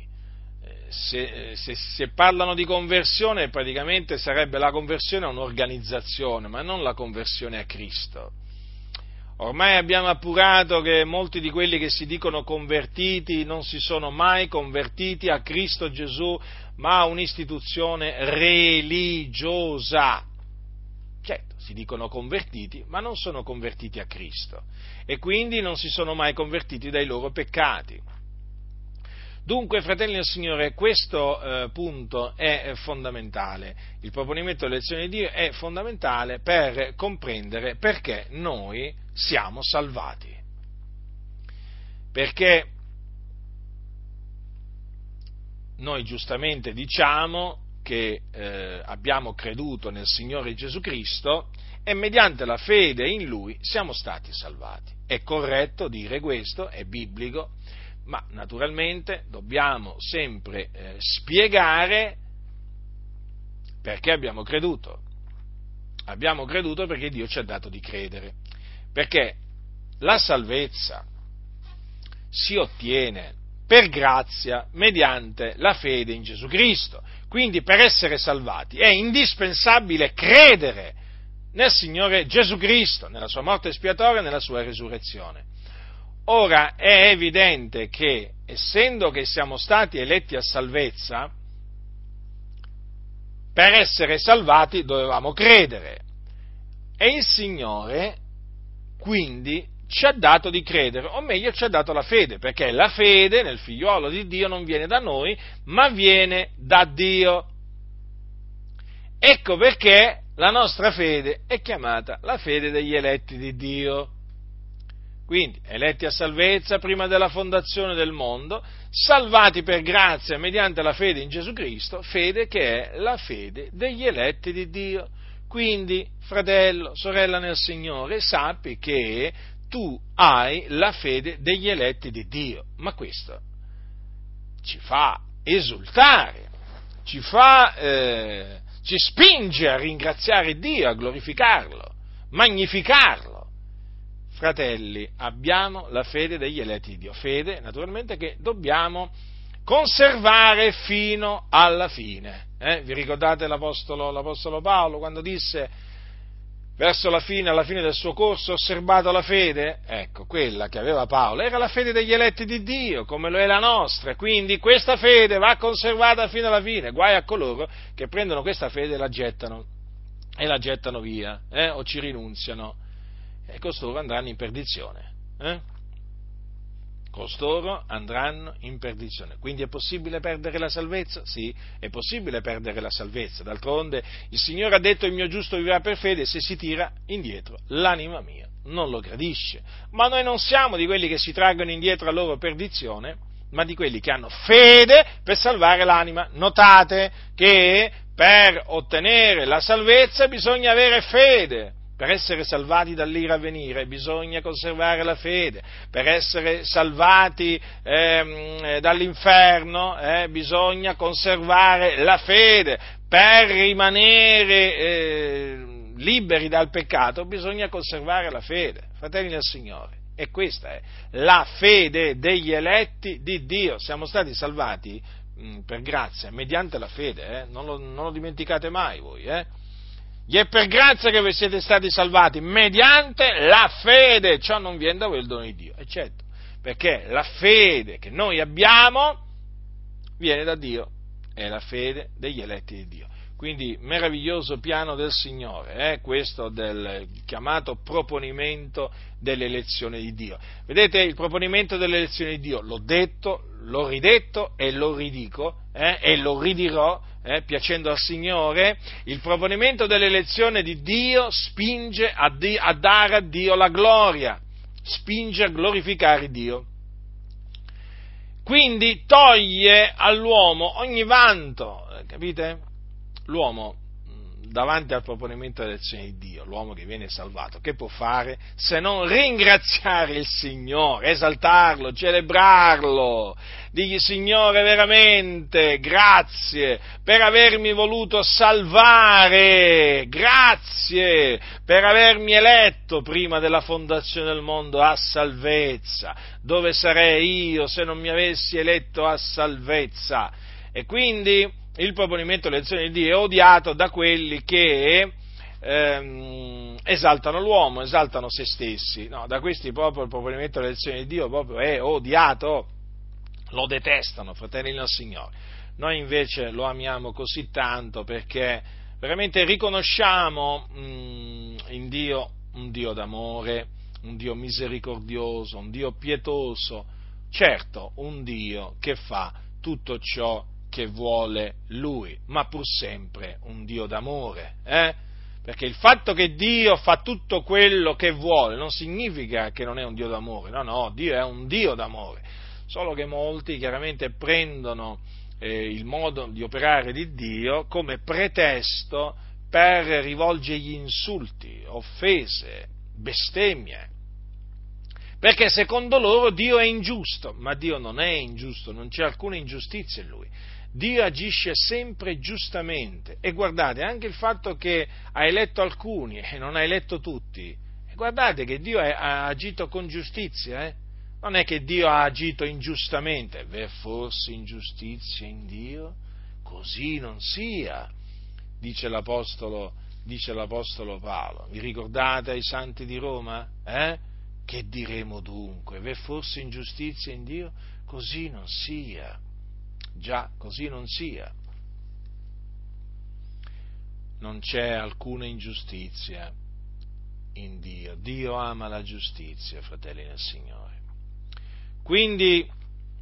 Se parlano di conversione, praticamente sarebbe la conversione a un'organizzazione, ma non la conversione a Cristo. Ormai abbiamo appurato che molti di quelli che si dicono convertiti non si sono mai convertiti a Cristo Gesù, ma a un'istituzione religiosa. Certo, si dicono convertiti, ma non sono convertiti a Cristo e quindi non si sono mai convertiti dai loro peccati. Dunque, fratelli del Signore, questo punto è fondamentale. Il proponimento dell'elezione di Dio è fondamentale per comprendere perché noi siamo salvati. Perché noi giustamente diciamo che abbiamo creduto nel Signore Gesù Cristo e mediante la fede in Lui siamo stati salvati. È corretto dire questo, è biblico, ma naturalmente dobbiamo sempre spiegare perché abbiamo creduto. Abbiamo creduto perché Dio ci ha dato di credere, perché la salvezza si ottiene per grazia mediante la fede in Gesù Cristo. Quindi per essere salvati è indispensabile credere nel Signore Gesù Cristo, nella sua morte espiatoria e nella sua risurrezione. Ora è evidente che, essendo che siamo stati eletti a salvezza, per essere salvati dovevamo credere. E il Signore, quindi, ci ha dato di credere, o meglio ci ha dato la fede, perché la fede nel figliuolo di Dio non viene da noi, ma viene da Dio. Ecco perché la nostra fede è chiamata la fede degli eletti di Dio. Quindi, eletti a salvezza prima della fondazione del mondo, salvati per grazia mediante la fede in Gesù Cristo, fede che è la fede degli eletti di Dio. Quindi, fratello, sorella nel Signore, sappi che tu hai la fede degli eletti di Dio, ma questo ci fa esultare, ci spinge a ringraziare Dio, a glorificarlo, magnificarlo. Fratelli, abbiamo la fede degli eletti di Dio, fede naturalmente che dobbiamo conservare fino alla fine. Vi ricordate l'Apostolo Paolo quando disse verso la fine, alla fine del suo corso, ho osservato la fede? Ecco, quella che aveva Paolo era la fede degli eletti di Dio, come lo è la nostra, quindi questa fede va conservata fino alla fine, guai a coloro che prendono questa fede e la gettano via, o ci rinunziano. E costoro andranno in perdizione. Costoro andranno in perdizione. Quindi è possibile perdere la salvezza? Sì, è possibile perdere la salvezza. D'altronde il Signore ha detto il mio giusto vivrà per fede, e se si tira indietro l'anima mia non lo gradisce. Ma noi non siamo di quelli che si traggono indietro a loro perdizione, ma di quelli che hanno fede per salvare l'anima. Notate che per ottenere la salvezza bisogna avere fede. Per essere salvati dall'ira a venire bisogna conservare la fede, per essere salvati dall'inferno bisogna conservare la fede, per rimanere liberi dal peccato bisogna conservare la fede, fratelli del Signore. E questa è la fede degli eletti di Dio. Siamo stati salvati per grazia, mediante la fede, non lo dimenticate mai voi. Gli è per grazia che voi siete stati salvati, mediante la fede. Ciò non viene da voi il dono di Dio, certo, perché la fede che noi abbiamo viene da Dio, è la fede degli eletti di Dio. Quindi meraviglioso piano del Signore, questo del chiamato proponimento dell'elezione di Dio. Vedete, il proponimento dell'elezione di Dio, l'ho detto, l'ho ridetto e lo ridico, e lo ridirò, piacendo al Signore. Il proponimento dell'elezione di Dio spinge a dare a Dio la gloria, spinge a glorificare Dio. Quindi toglie all'uomo ogni vanto, capite? L'uomo, davanti al proponimento dell'elezione di Dio, l'uomo che viene salvato, che può fare se non ringraziare il Signore, esaltarlo, celebrarlo, digli: Signore, veramente grazie per avermi voluto salvare, grazie per avermi eletto prima della fondazione del mondo a salvezza. Dove sarei io se non mi avessi eletto a salvezza? E quindi il proponimento dell'elezione di Dio è odiato da quelli che esaltano l'uomo, esaltano se stessi. No, da questi proprio il proponimento dell'elezione di Dio proprio è odiato, lo detestano, fratelli del Signore. Noi invece lo amiamo così tanto perché veramente riconosciamo in Dio un Dio d'amore, un Dio misericordioso, un Dio pietoso, certo un Dio che fa tutto ciò che vuole Lui, ma pur sempre un Dio d'amore, Perché il fatto che Dio fa tutto quello che vuole non significa che non è un Dio d'amore, no, Dio è un Dio d'amore, solo che molti chiaramente prendono il modo di operare di Dio come pretesto per rivolgergli insulti, offese, bestemmie, perché secondo loro Dio è ingiusto, ma Dio non è ingiusto, non c'è alcuna ingiustizia in Lui. Dio agisce sempre giustamente, e guardate, anche il fatto che ha eletto alcuni e non ha eletto tutti, guardate che Dio ha agito con giustizia, non è che Dio ha agito ingiustamente. V'è forse ingiustizia in Dio? Così non sia, dice l'Apostolo Paolo. Vi ricordate ai santi di Roma? Che diremo dunque? V'è forse ingiustizia in Dio? Così non sia. Già, così non sia. Non c'è alcuna ingiustizia in Dio. Dio ama la giustizia, fratelli nel Signore. Quindi,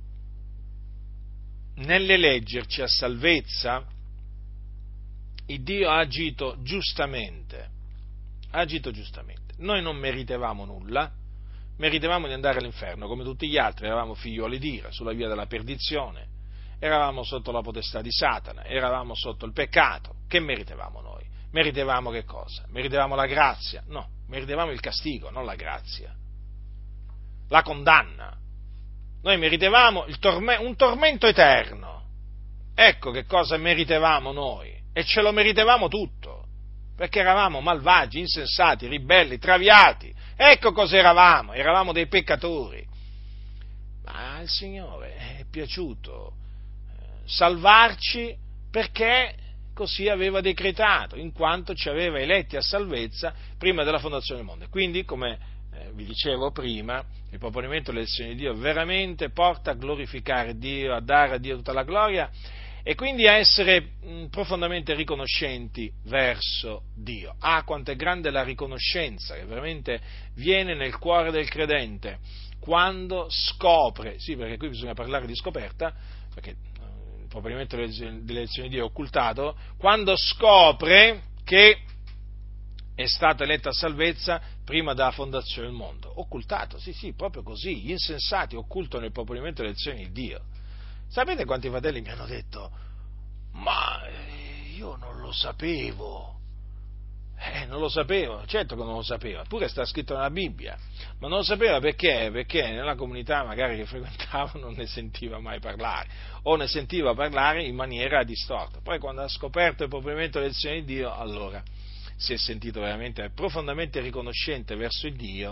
nell'eleggerci a salvezza, il Dio ha agito giustamente. Ha agito giustamente. Noi non meritavamo nulla, meritavamo di andare all'inferno come tutti gli altri, eravamo figlioli di ira, sulla via della perdizione. Eravamo sotto la potestà di Satana, eravamo sotto il peccato. Che meritavamo noi? Meritavamo che cosa? Meritavamo la grazia? No, meritavamo il castigo, non la grazia. La condanna. Noi meritavamo un tormento eterno. Ecco che cosa meritavamo noi. E ce lo meritavamo tutto. Perché eravamo malvagi, insensati, ribelli, traviati. Ecco cosa eravamo dei peccatori. Ma al Signore è piaciuto salvarci perché così aveva decretato, in quanto ci aveva eletti a salvezza prima della fondazione del mondo. Quindi, come vi dicevo prima, il proponimento dell'elezione di Dio veramente porta a glorificare Dio, a dare a Dio tutta la gloria e quindi a essere profondamente riconoscenti verso Dio. Quanto è grande la riconoscenza che veramente viene nel cuore del credente quando scopre, sì, perché qui bisogna parlare di scoperta, perché il proponimento dell'elezione di Dio è occultato, quando scopre che è stato eletto a salvezza prima della fondazione del mondo. Occultato, sì, proprio così, gli insensati occultano il proponimento dell'elezione di Dio. Sapete quanti fratelli mi hanno detto: ma io non lo sapevo. Non lo sapevo, certo che non lo sapeva, eppure sta scritto nella Bibbia, ma non lo sapeva perché? Perché nella comunità magari che frequentava non ne sentiva mai parlare, o ne sentiva parlare in maniera distorta. Poi quando ha scoperto il proponimento dell'elezione di Dio, allora si è sentito veramente profondamente riconoscente verso il Dio,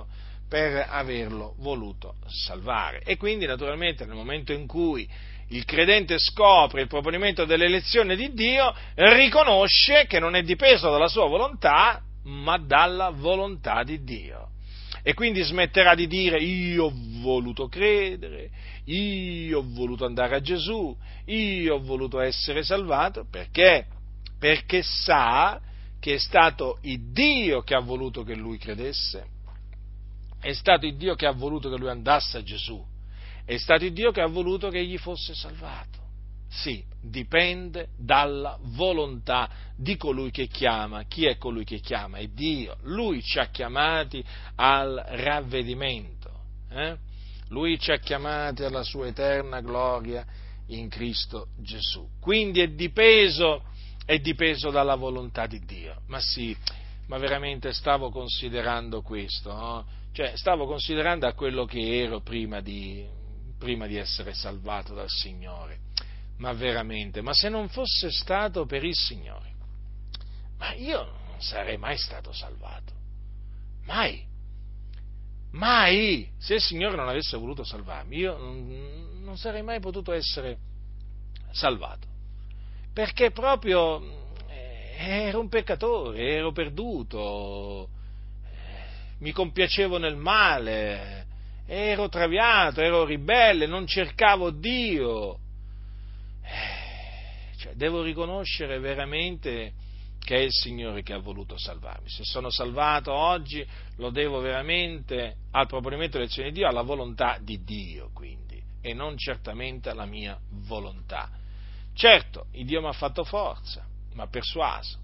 per averlo voluto salvare. E quindi naturalmente nel momento in cui il credente scopre il proponimento dell'elezione di Dio, riconosce che non è dipeso dalla sua volontà, ma dalla volontà di Dio. E quindi smetterà di dire: io ho voluto credere, io ho voluto andare a Gesù, io ho voluto essere salvato. Perché? Perché sa che è stato il Dio che ha voluto che lui credesse, è stato il Dio che ha voluto che lui andasse a Gesù, è stato il Dio che ha voluto che egli fosse salvato. Sì, dipende dalla volontà di colui che chiama. Chi è colui che chiama? È Dio. Lui ci ha chiamati al ravvedimento. Lui ci ha chiamati alla sua eterna gloria in Cristo Gesù. Quindi è dipeso dalla volontà di Dio. Ma sì, ma veramente stavo considerando questo, no? Cioè, stavo considerando a quello che ero prima di essere salvato dal Signore. Ma veramente, ma se non fosse stato per il Signore, ma io non sarei mai stato salvato. Mai. Se il Signore non avesse voluto salvarmi, io non sarei mai potuto essere salvato. Perché proprio ero un peccatore, ero perduto, mi compiacevo nel male, ero traviato, ero ribelle, non cercavo Dio. Devo riconoscere veramente che è il Signore che ha voluto salvarmi. Se sono salvato oggi lo devo veramente al proponimento dell'elezione di Dio, alla volontà di Dio, quindi, e non certamente alla mia volontà. Certo, il Dio mi ha fatto forza, mi ha persuaso,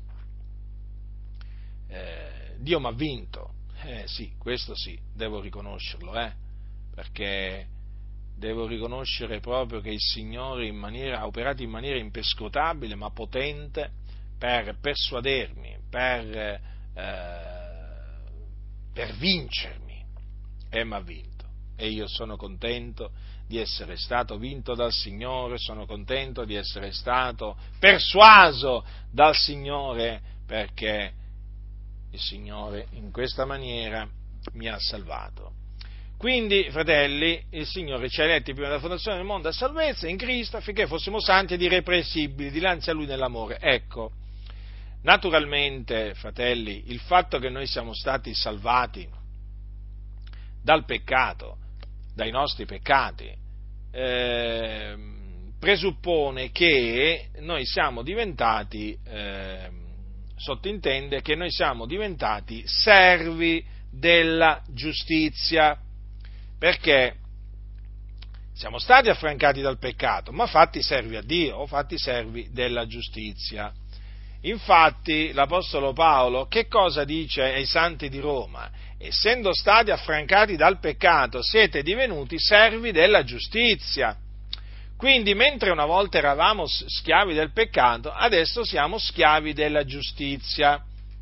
Dio mi ha vinto, sì, questo sì, devo riconoscerlo, perché devo riconoscere proprio che il Signore ha operato in maniera impescrutabile ma potente per persuadermi, per vincermi, e mi ha vinto. E io sono contento di essere stato vinto dal Signore, sono contento di essere stato persuaso dal Signore, perché il Signore in questa maniera mi ha salvato. Quindi, fratelli, il Signore ci ha eletti prima della fondazione del mondo a salvezza in Cristo, affinché fossimo santi ed irreprensibili dinanzi a Lui nell'amore. Ecco, naturalmente, fratelli, il fatto che noi siamo stati salvati dal peccato, dai nostri peccati, presuppone che noi siamo diventati, sottintende che noi siamo diventati servi della giustizia, perché siamo stati affrancati dal peccato, ma fatti servi a Dio, o fatti servi della giustizia. Infatti l'Apostolo Paolo che cosa dice ai santi di Roma? Essendo stati affrancati dal peccato, siete divenuti servi della giustizia. Quindi, mentre una volta eravamo schiavi del peccato, adesso siamo schiavi della giustizia.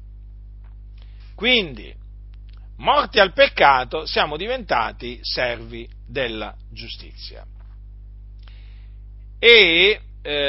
Quindi, morti al peccato, siamo diventati servi della giustizia. E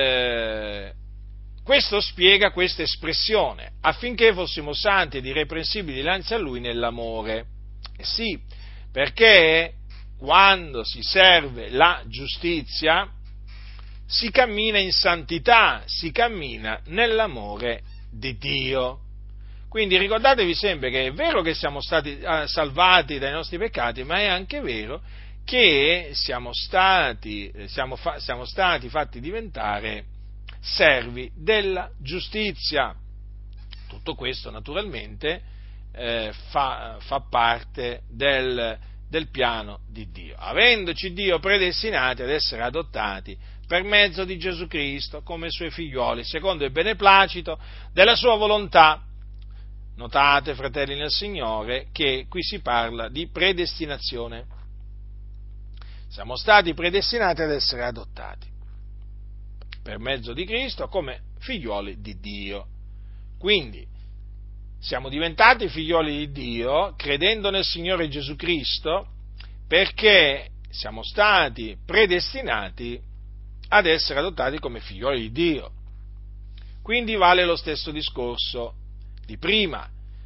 questo spiega questa espressione, affinché fossimo santi ed irreprensibili dinanzi a Lui nell'amore. Sì, perché quando si serve la giustizia si cammina in santità, si cammina nell'amore di Dio. Quindi ricordatevi sempre che è vero che siamo stati salvati dai nostri peccati, ma è anche vero che siamo stati fatti diventare servi della giustizia. Tutto questo naturalmente fa parte del piano di Dio, avendoci Dio predestinati ad essere adottati per mezzo di Gesù Cristo come Suoi figlioli, secondo il beneplacito della Sua volontà. Notate, fratelli nel Signore, che qui si parla di predestinazione. Siamo stati predestinati ad essere adottati per mezzo di Cristo come figlioli di Dio. Quindi siamo diventati figlioli di Dio credendo nel Signore Gesù Cristo, perché siamo stati predestinati ad essere adottati come figlioli di Dio. Quindi vale lo stesso discorso di prima.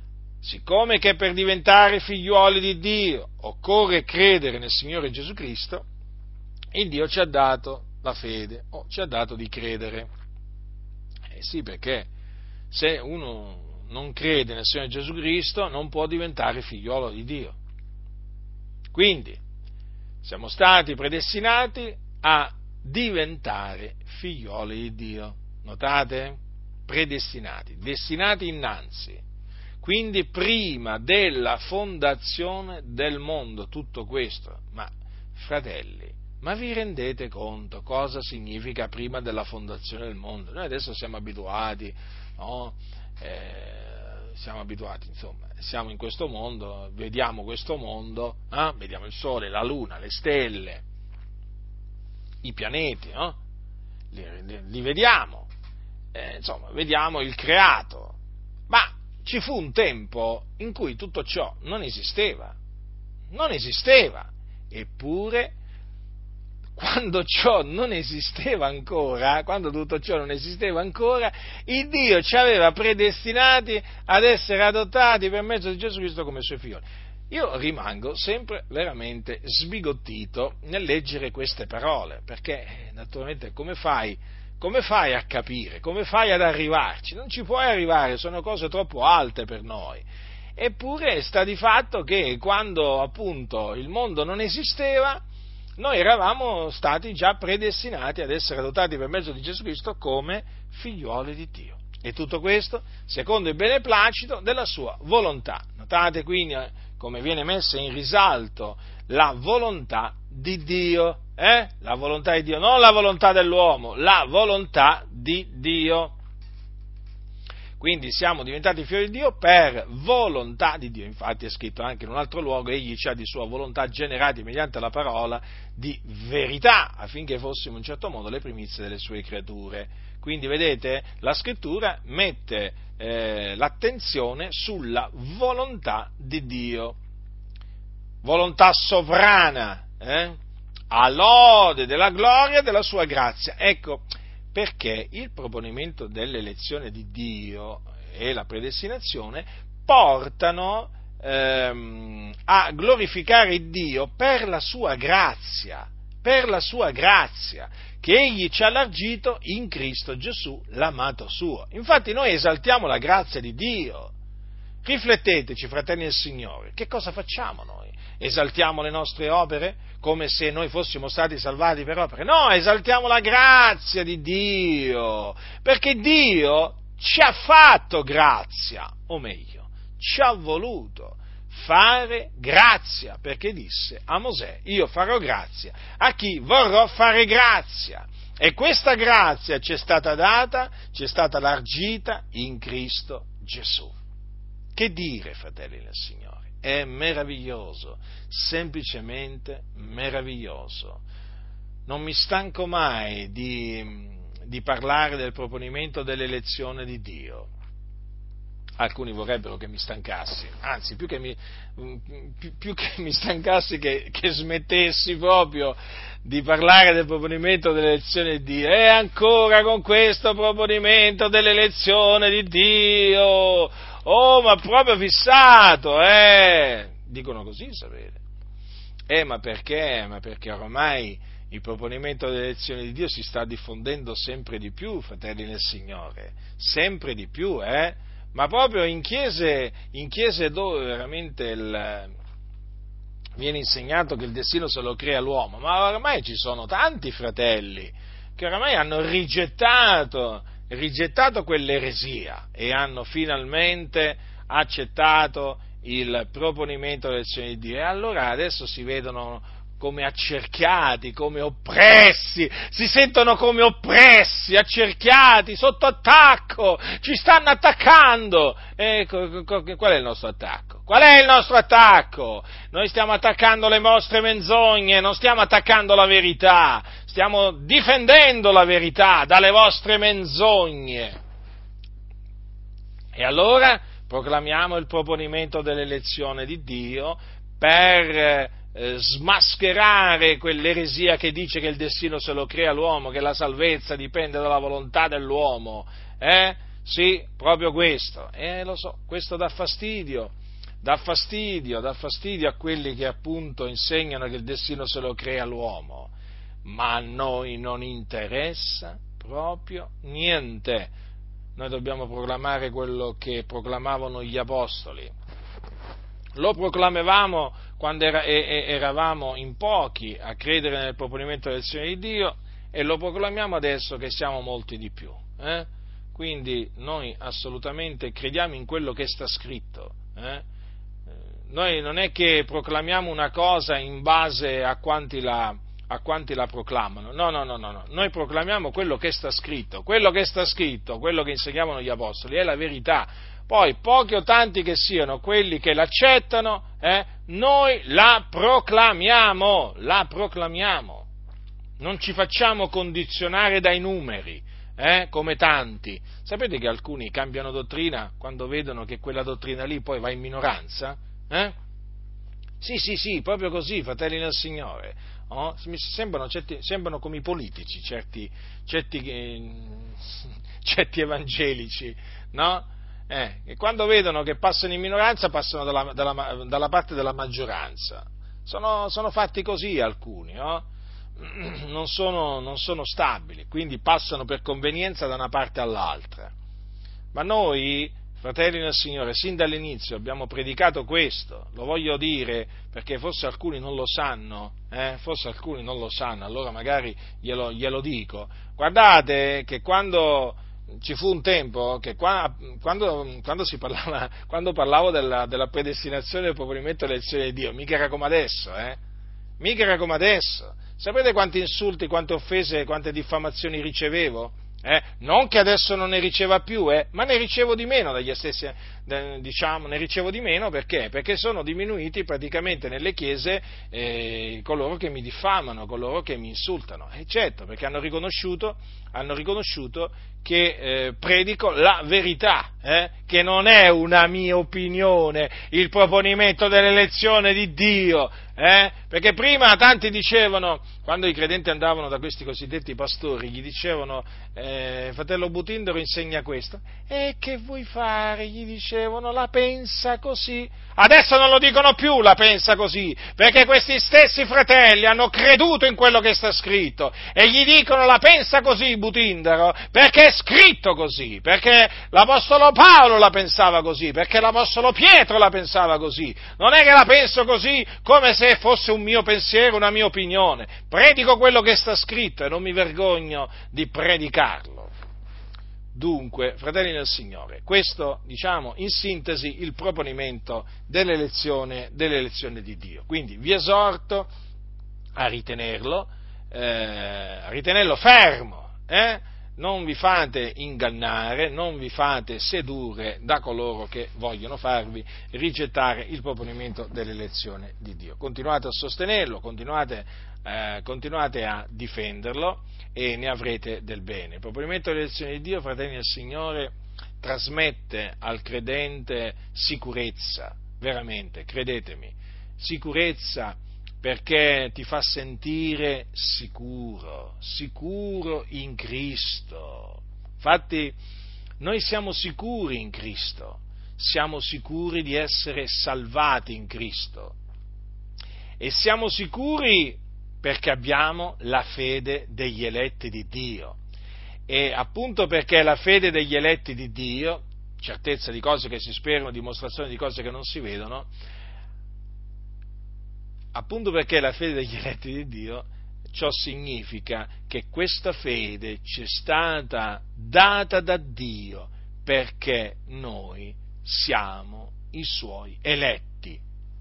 siccome che per diventare figliuoli di Dio occorre credere nel Signore Gesù Cristo, il Dio ci ha dato la fede, o ci ha dato di credere. Sì, perché se uno non crede nel Signore Gesù Cristo non può diventare figliuolo di Dio. Quindi siamo stati predestinati a diventare figlioli di Dio. Notate? Predestinati, destinati innanzi. Quindi prima della fondazione del mondo, tutto questo. Ma, fratelli, ma vi rendete conto cosa significa prima della fondazione del mondo? Noi adesso siamo abituati, no? Siamo abituati, insomma, siamo in questo mondo, vediamo questo mondo, vediamo il sole, la luna, le stelle, i pianeti, no? Li vediamo, insomma, vediamo il creato, ma ci fu un tempo in cui tutto ciò non esisteva, eppure quando ciò non esisteva ancora, quando tutto ciò non esisteva ancora, il Dio ci aveva predestinati ad essere adottati per mezzo di Gesù Cristo come suoi figlioli. Io rimango sempre veramente sbigottito nel leggere queste parole, perché naturalmente come fai a capire, come fai ad arrivarci? Non ci puoi arrivare, sono cose troppo alte per noi. Eppure sta di fatto che quando appunto il mondo non esisteva, noi eravamo stati già predestinati ad essere adottati per mezzo di Gesù Cristo come figliuoli di Dio. E tutto questo secondo il beneplacito della sua volontà. Notate quindi come viene messa in risalto la volontà di Dio, La volontà di Dio, non la volontà dell'uomo, la volontà di Dio. Quindi siamo diventati figli di Dio per volontà di Dio. Infatti è scritto anche in un altro luogo: egli ci ha di sua volontà generati mediante la parola di verità, affinché fossimo in un certo modo le primizie delle sue creature. Quindi vedete, la scrittura mette l'attenzione sulla volontà di Dio, volontà sovrana, a lode della gloria e della sua grazia. Ecco perché il proponimento dell'elezione di Dio e la predestinazione portano a glorificare Dio per la sua grazia, che Egli ci ha largito in Cristo Gesù, l'amato suo. Infatti noi esaltiamo la grazia di Dio. Rifletteteci, fratelli del Signore, che cosa facciamo noi? Esaltiamo le nostre opere come se noi fossimo stati salvati per opere? No, esaltiamo la grazia di Dio, perché Dio ci ha fatto grazia, o meglio, ci ha voluto fare grazia, perché disse a Mosè: io farò grazia a chi vorrò fare grazia. E questa grazia ci è stata data, ci è stata largita in Cristo Gesù. Che dire, fratelli del Signore? È meraviglioso, semplicemente meraviglioso. Non mi stanco mai di parlare del proponimento dell'elezione di Dio. Alcuni vorrebbero che mi stancassi, anzi più che mi stancassi che smettessi proprio di parlare del proponimento dell'elezione di Dio. E ancora con questo proponimento dell'elezione di Dio, oh, ma proprio fissato, dicono così, sapete. Ma perché? Ma perché ormai il proponimento dell'elezione di Dio si sta diffondendo sempre di più, fratelli nel Signore, sempre di più, ma proprio in chiese dove veramente viene insegnato che il destino se lo crea l'uomo, ma ormai ci sono tanti fratelli che ormai hanno rigettato quell'eresia e hanno finalmente accettato il proponimento dell'elezione di Dio, e allora adesso si vedono come accerchiati, come oppressi, si sentono come oppressi, accerchiati, sotto attacco, ci stanno attaccando. Qual è il nostro attacco? Qual è il nostro attacco? Noi stiamo attaccando le vostre menzogne, non stiamo attaccando la verità, stiamo difendendo la verità dalle vostre menzogne. E allora proclamiamo il proponimento dell'elezione di Dio per smascherare quell'eresia che dice che il destino se lo crea l'uomo, che la salvezza dipende dalla volontà dell'uomo, Sì, proprio questo. Lo so, questo dà fastidio a quelli che appunto insegnano che il destino se lo crea l'uomo, ma a noi non interessa proprio niente. Noi dobbiamo proclamare quello che proclamavano gli apostoli. Lo proclamavamo quando eravamo in pochi a credere nel proponimento dell'elezione di Dio, e lo proclamiamo adesso che siamo molti di più. Quindi noi assolutamente crediamo in quello che sta scritto. Noi non è che proclamiamo una cosa in base a quanti la proclamano, no, noi proclamiamo quello che sta scritto, quello che insegnavano gli apostoli è la verità. Poi, pochi o tanti che siano quelli che l'accettano, noi la proclamiamo, non ci facciamo condizionare dai numeri, come tanti. Sapete che alcuni cambiano dottrina quando vedono che quella dottrina lì poi va in minoranza? Sì, proprio così, fratelli nel Signore. Sembrano come i politici, certi evangelici, no? E quando vedono che passano in minoranza, passano dalla parte della maggioranza. Sono fatti così alcuni, no? Non sono stabili, quindi passano per convenienza da una parte all'altra. Ma noi, fratelli nel Signore, sin dall'inizio abbiamo predicato questo, lo voglio dire perché forse alcuni non lo sanno, allora magari glielo dico. Guardate che quando ci fu un tempo che quando parlavo della predestinazione del proponimento dell'elezione di Dio, mica era come adesso. Sapete quanti insulti, quante offese, quante diffamazioni ricevevo? Non che adesso non ne riceva più, ma ne ricevo di meno dagli stessi, ne ricevo di meno perché? Perché sono diminuiti praticamente nelle chiese coloro che mi diffamano, coloro che mi insultano. Certo, perché hanno riconosciuto che predico la verità, che non è una mia opinione il proponimento dell'elezione di Dio, perché prima tanti dicevano, quando i credenti andavano da questi cosiddetti pastori, gli dicevano, fratello Butindaro insegna questo, e che vuoi fare? Gli dicevano, la pensa così. Adesso non lo dicono più, la pensa così, perché questi stessi fratelli hanno creduto in quello che sta scritto, e gli dicono la pensa così Butindaro, perché è scritto così, perché l'Apostolo Paolo la pensava così, perché l'Apostolo Pietro la pensava così. Non è che la penso così come se fosse un mio pensiero, una mia opinione. Predico quello che sta scritto e non mi vergogno di predicarlo. Dunque, fratelli nel Signore, questo, in sintesi, il proponimento dell'elezione di Dio. Quindi vi esorto a ritenerlo fermo, non vi fate ingannare, non vi fate sedurre da coloro che vogliono farvi rigettare il proponimento dell'elezione di Dio. Continuate a sostenerlo, continuate a difenderlo e ne avrete del bene. Il proponimento dell'elezione di Dio, fratelli del Signore, trasmette al credente sicurezza, veramente, credetemi, sicurezza, perché ti fa sentire sicuro in Cristo. Infatti, noi siamo sicuri in Cristo, siamo sicuri di essere salvati in Cristo e siamo sicuri perché abbiamo la fede degli eletti di Dio. E appunto perché la fede degli eletti di Dio, certezza di cose che si sperano, dimostrazione di cose che non si vedono, appunto perché la fede degli eletti di Dio, ciò significa che questa fede ci è stata data da Dio perché noi siamo i Suoi eletti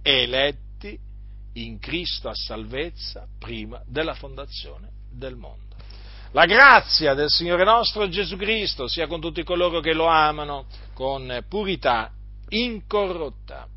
in Cristo a salvezza prima della fondazione del mondo. La grazia del Signore nostro Gesù Cristo sia con tutti coloro che lo amano con purità incorrotta.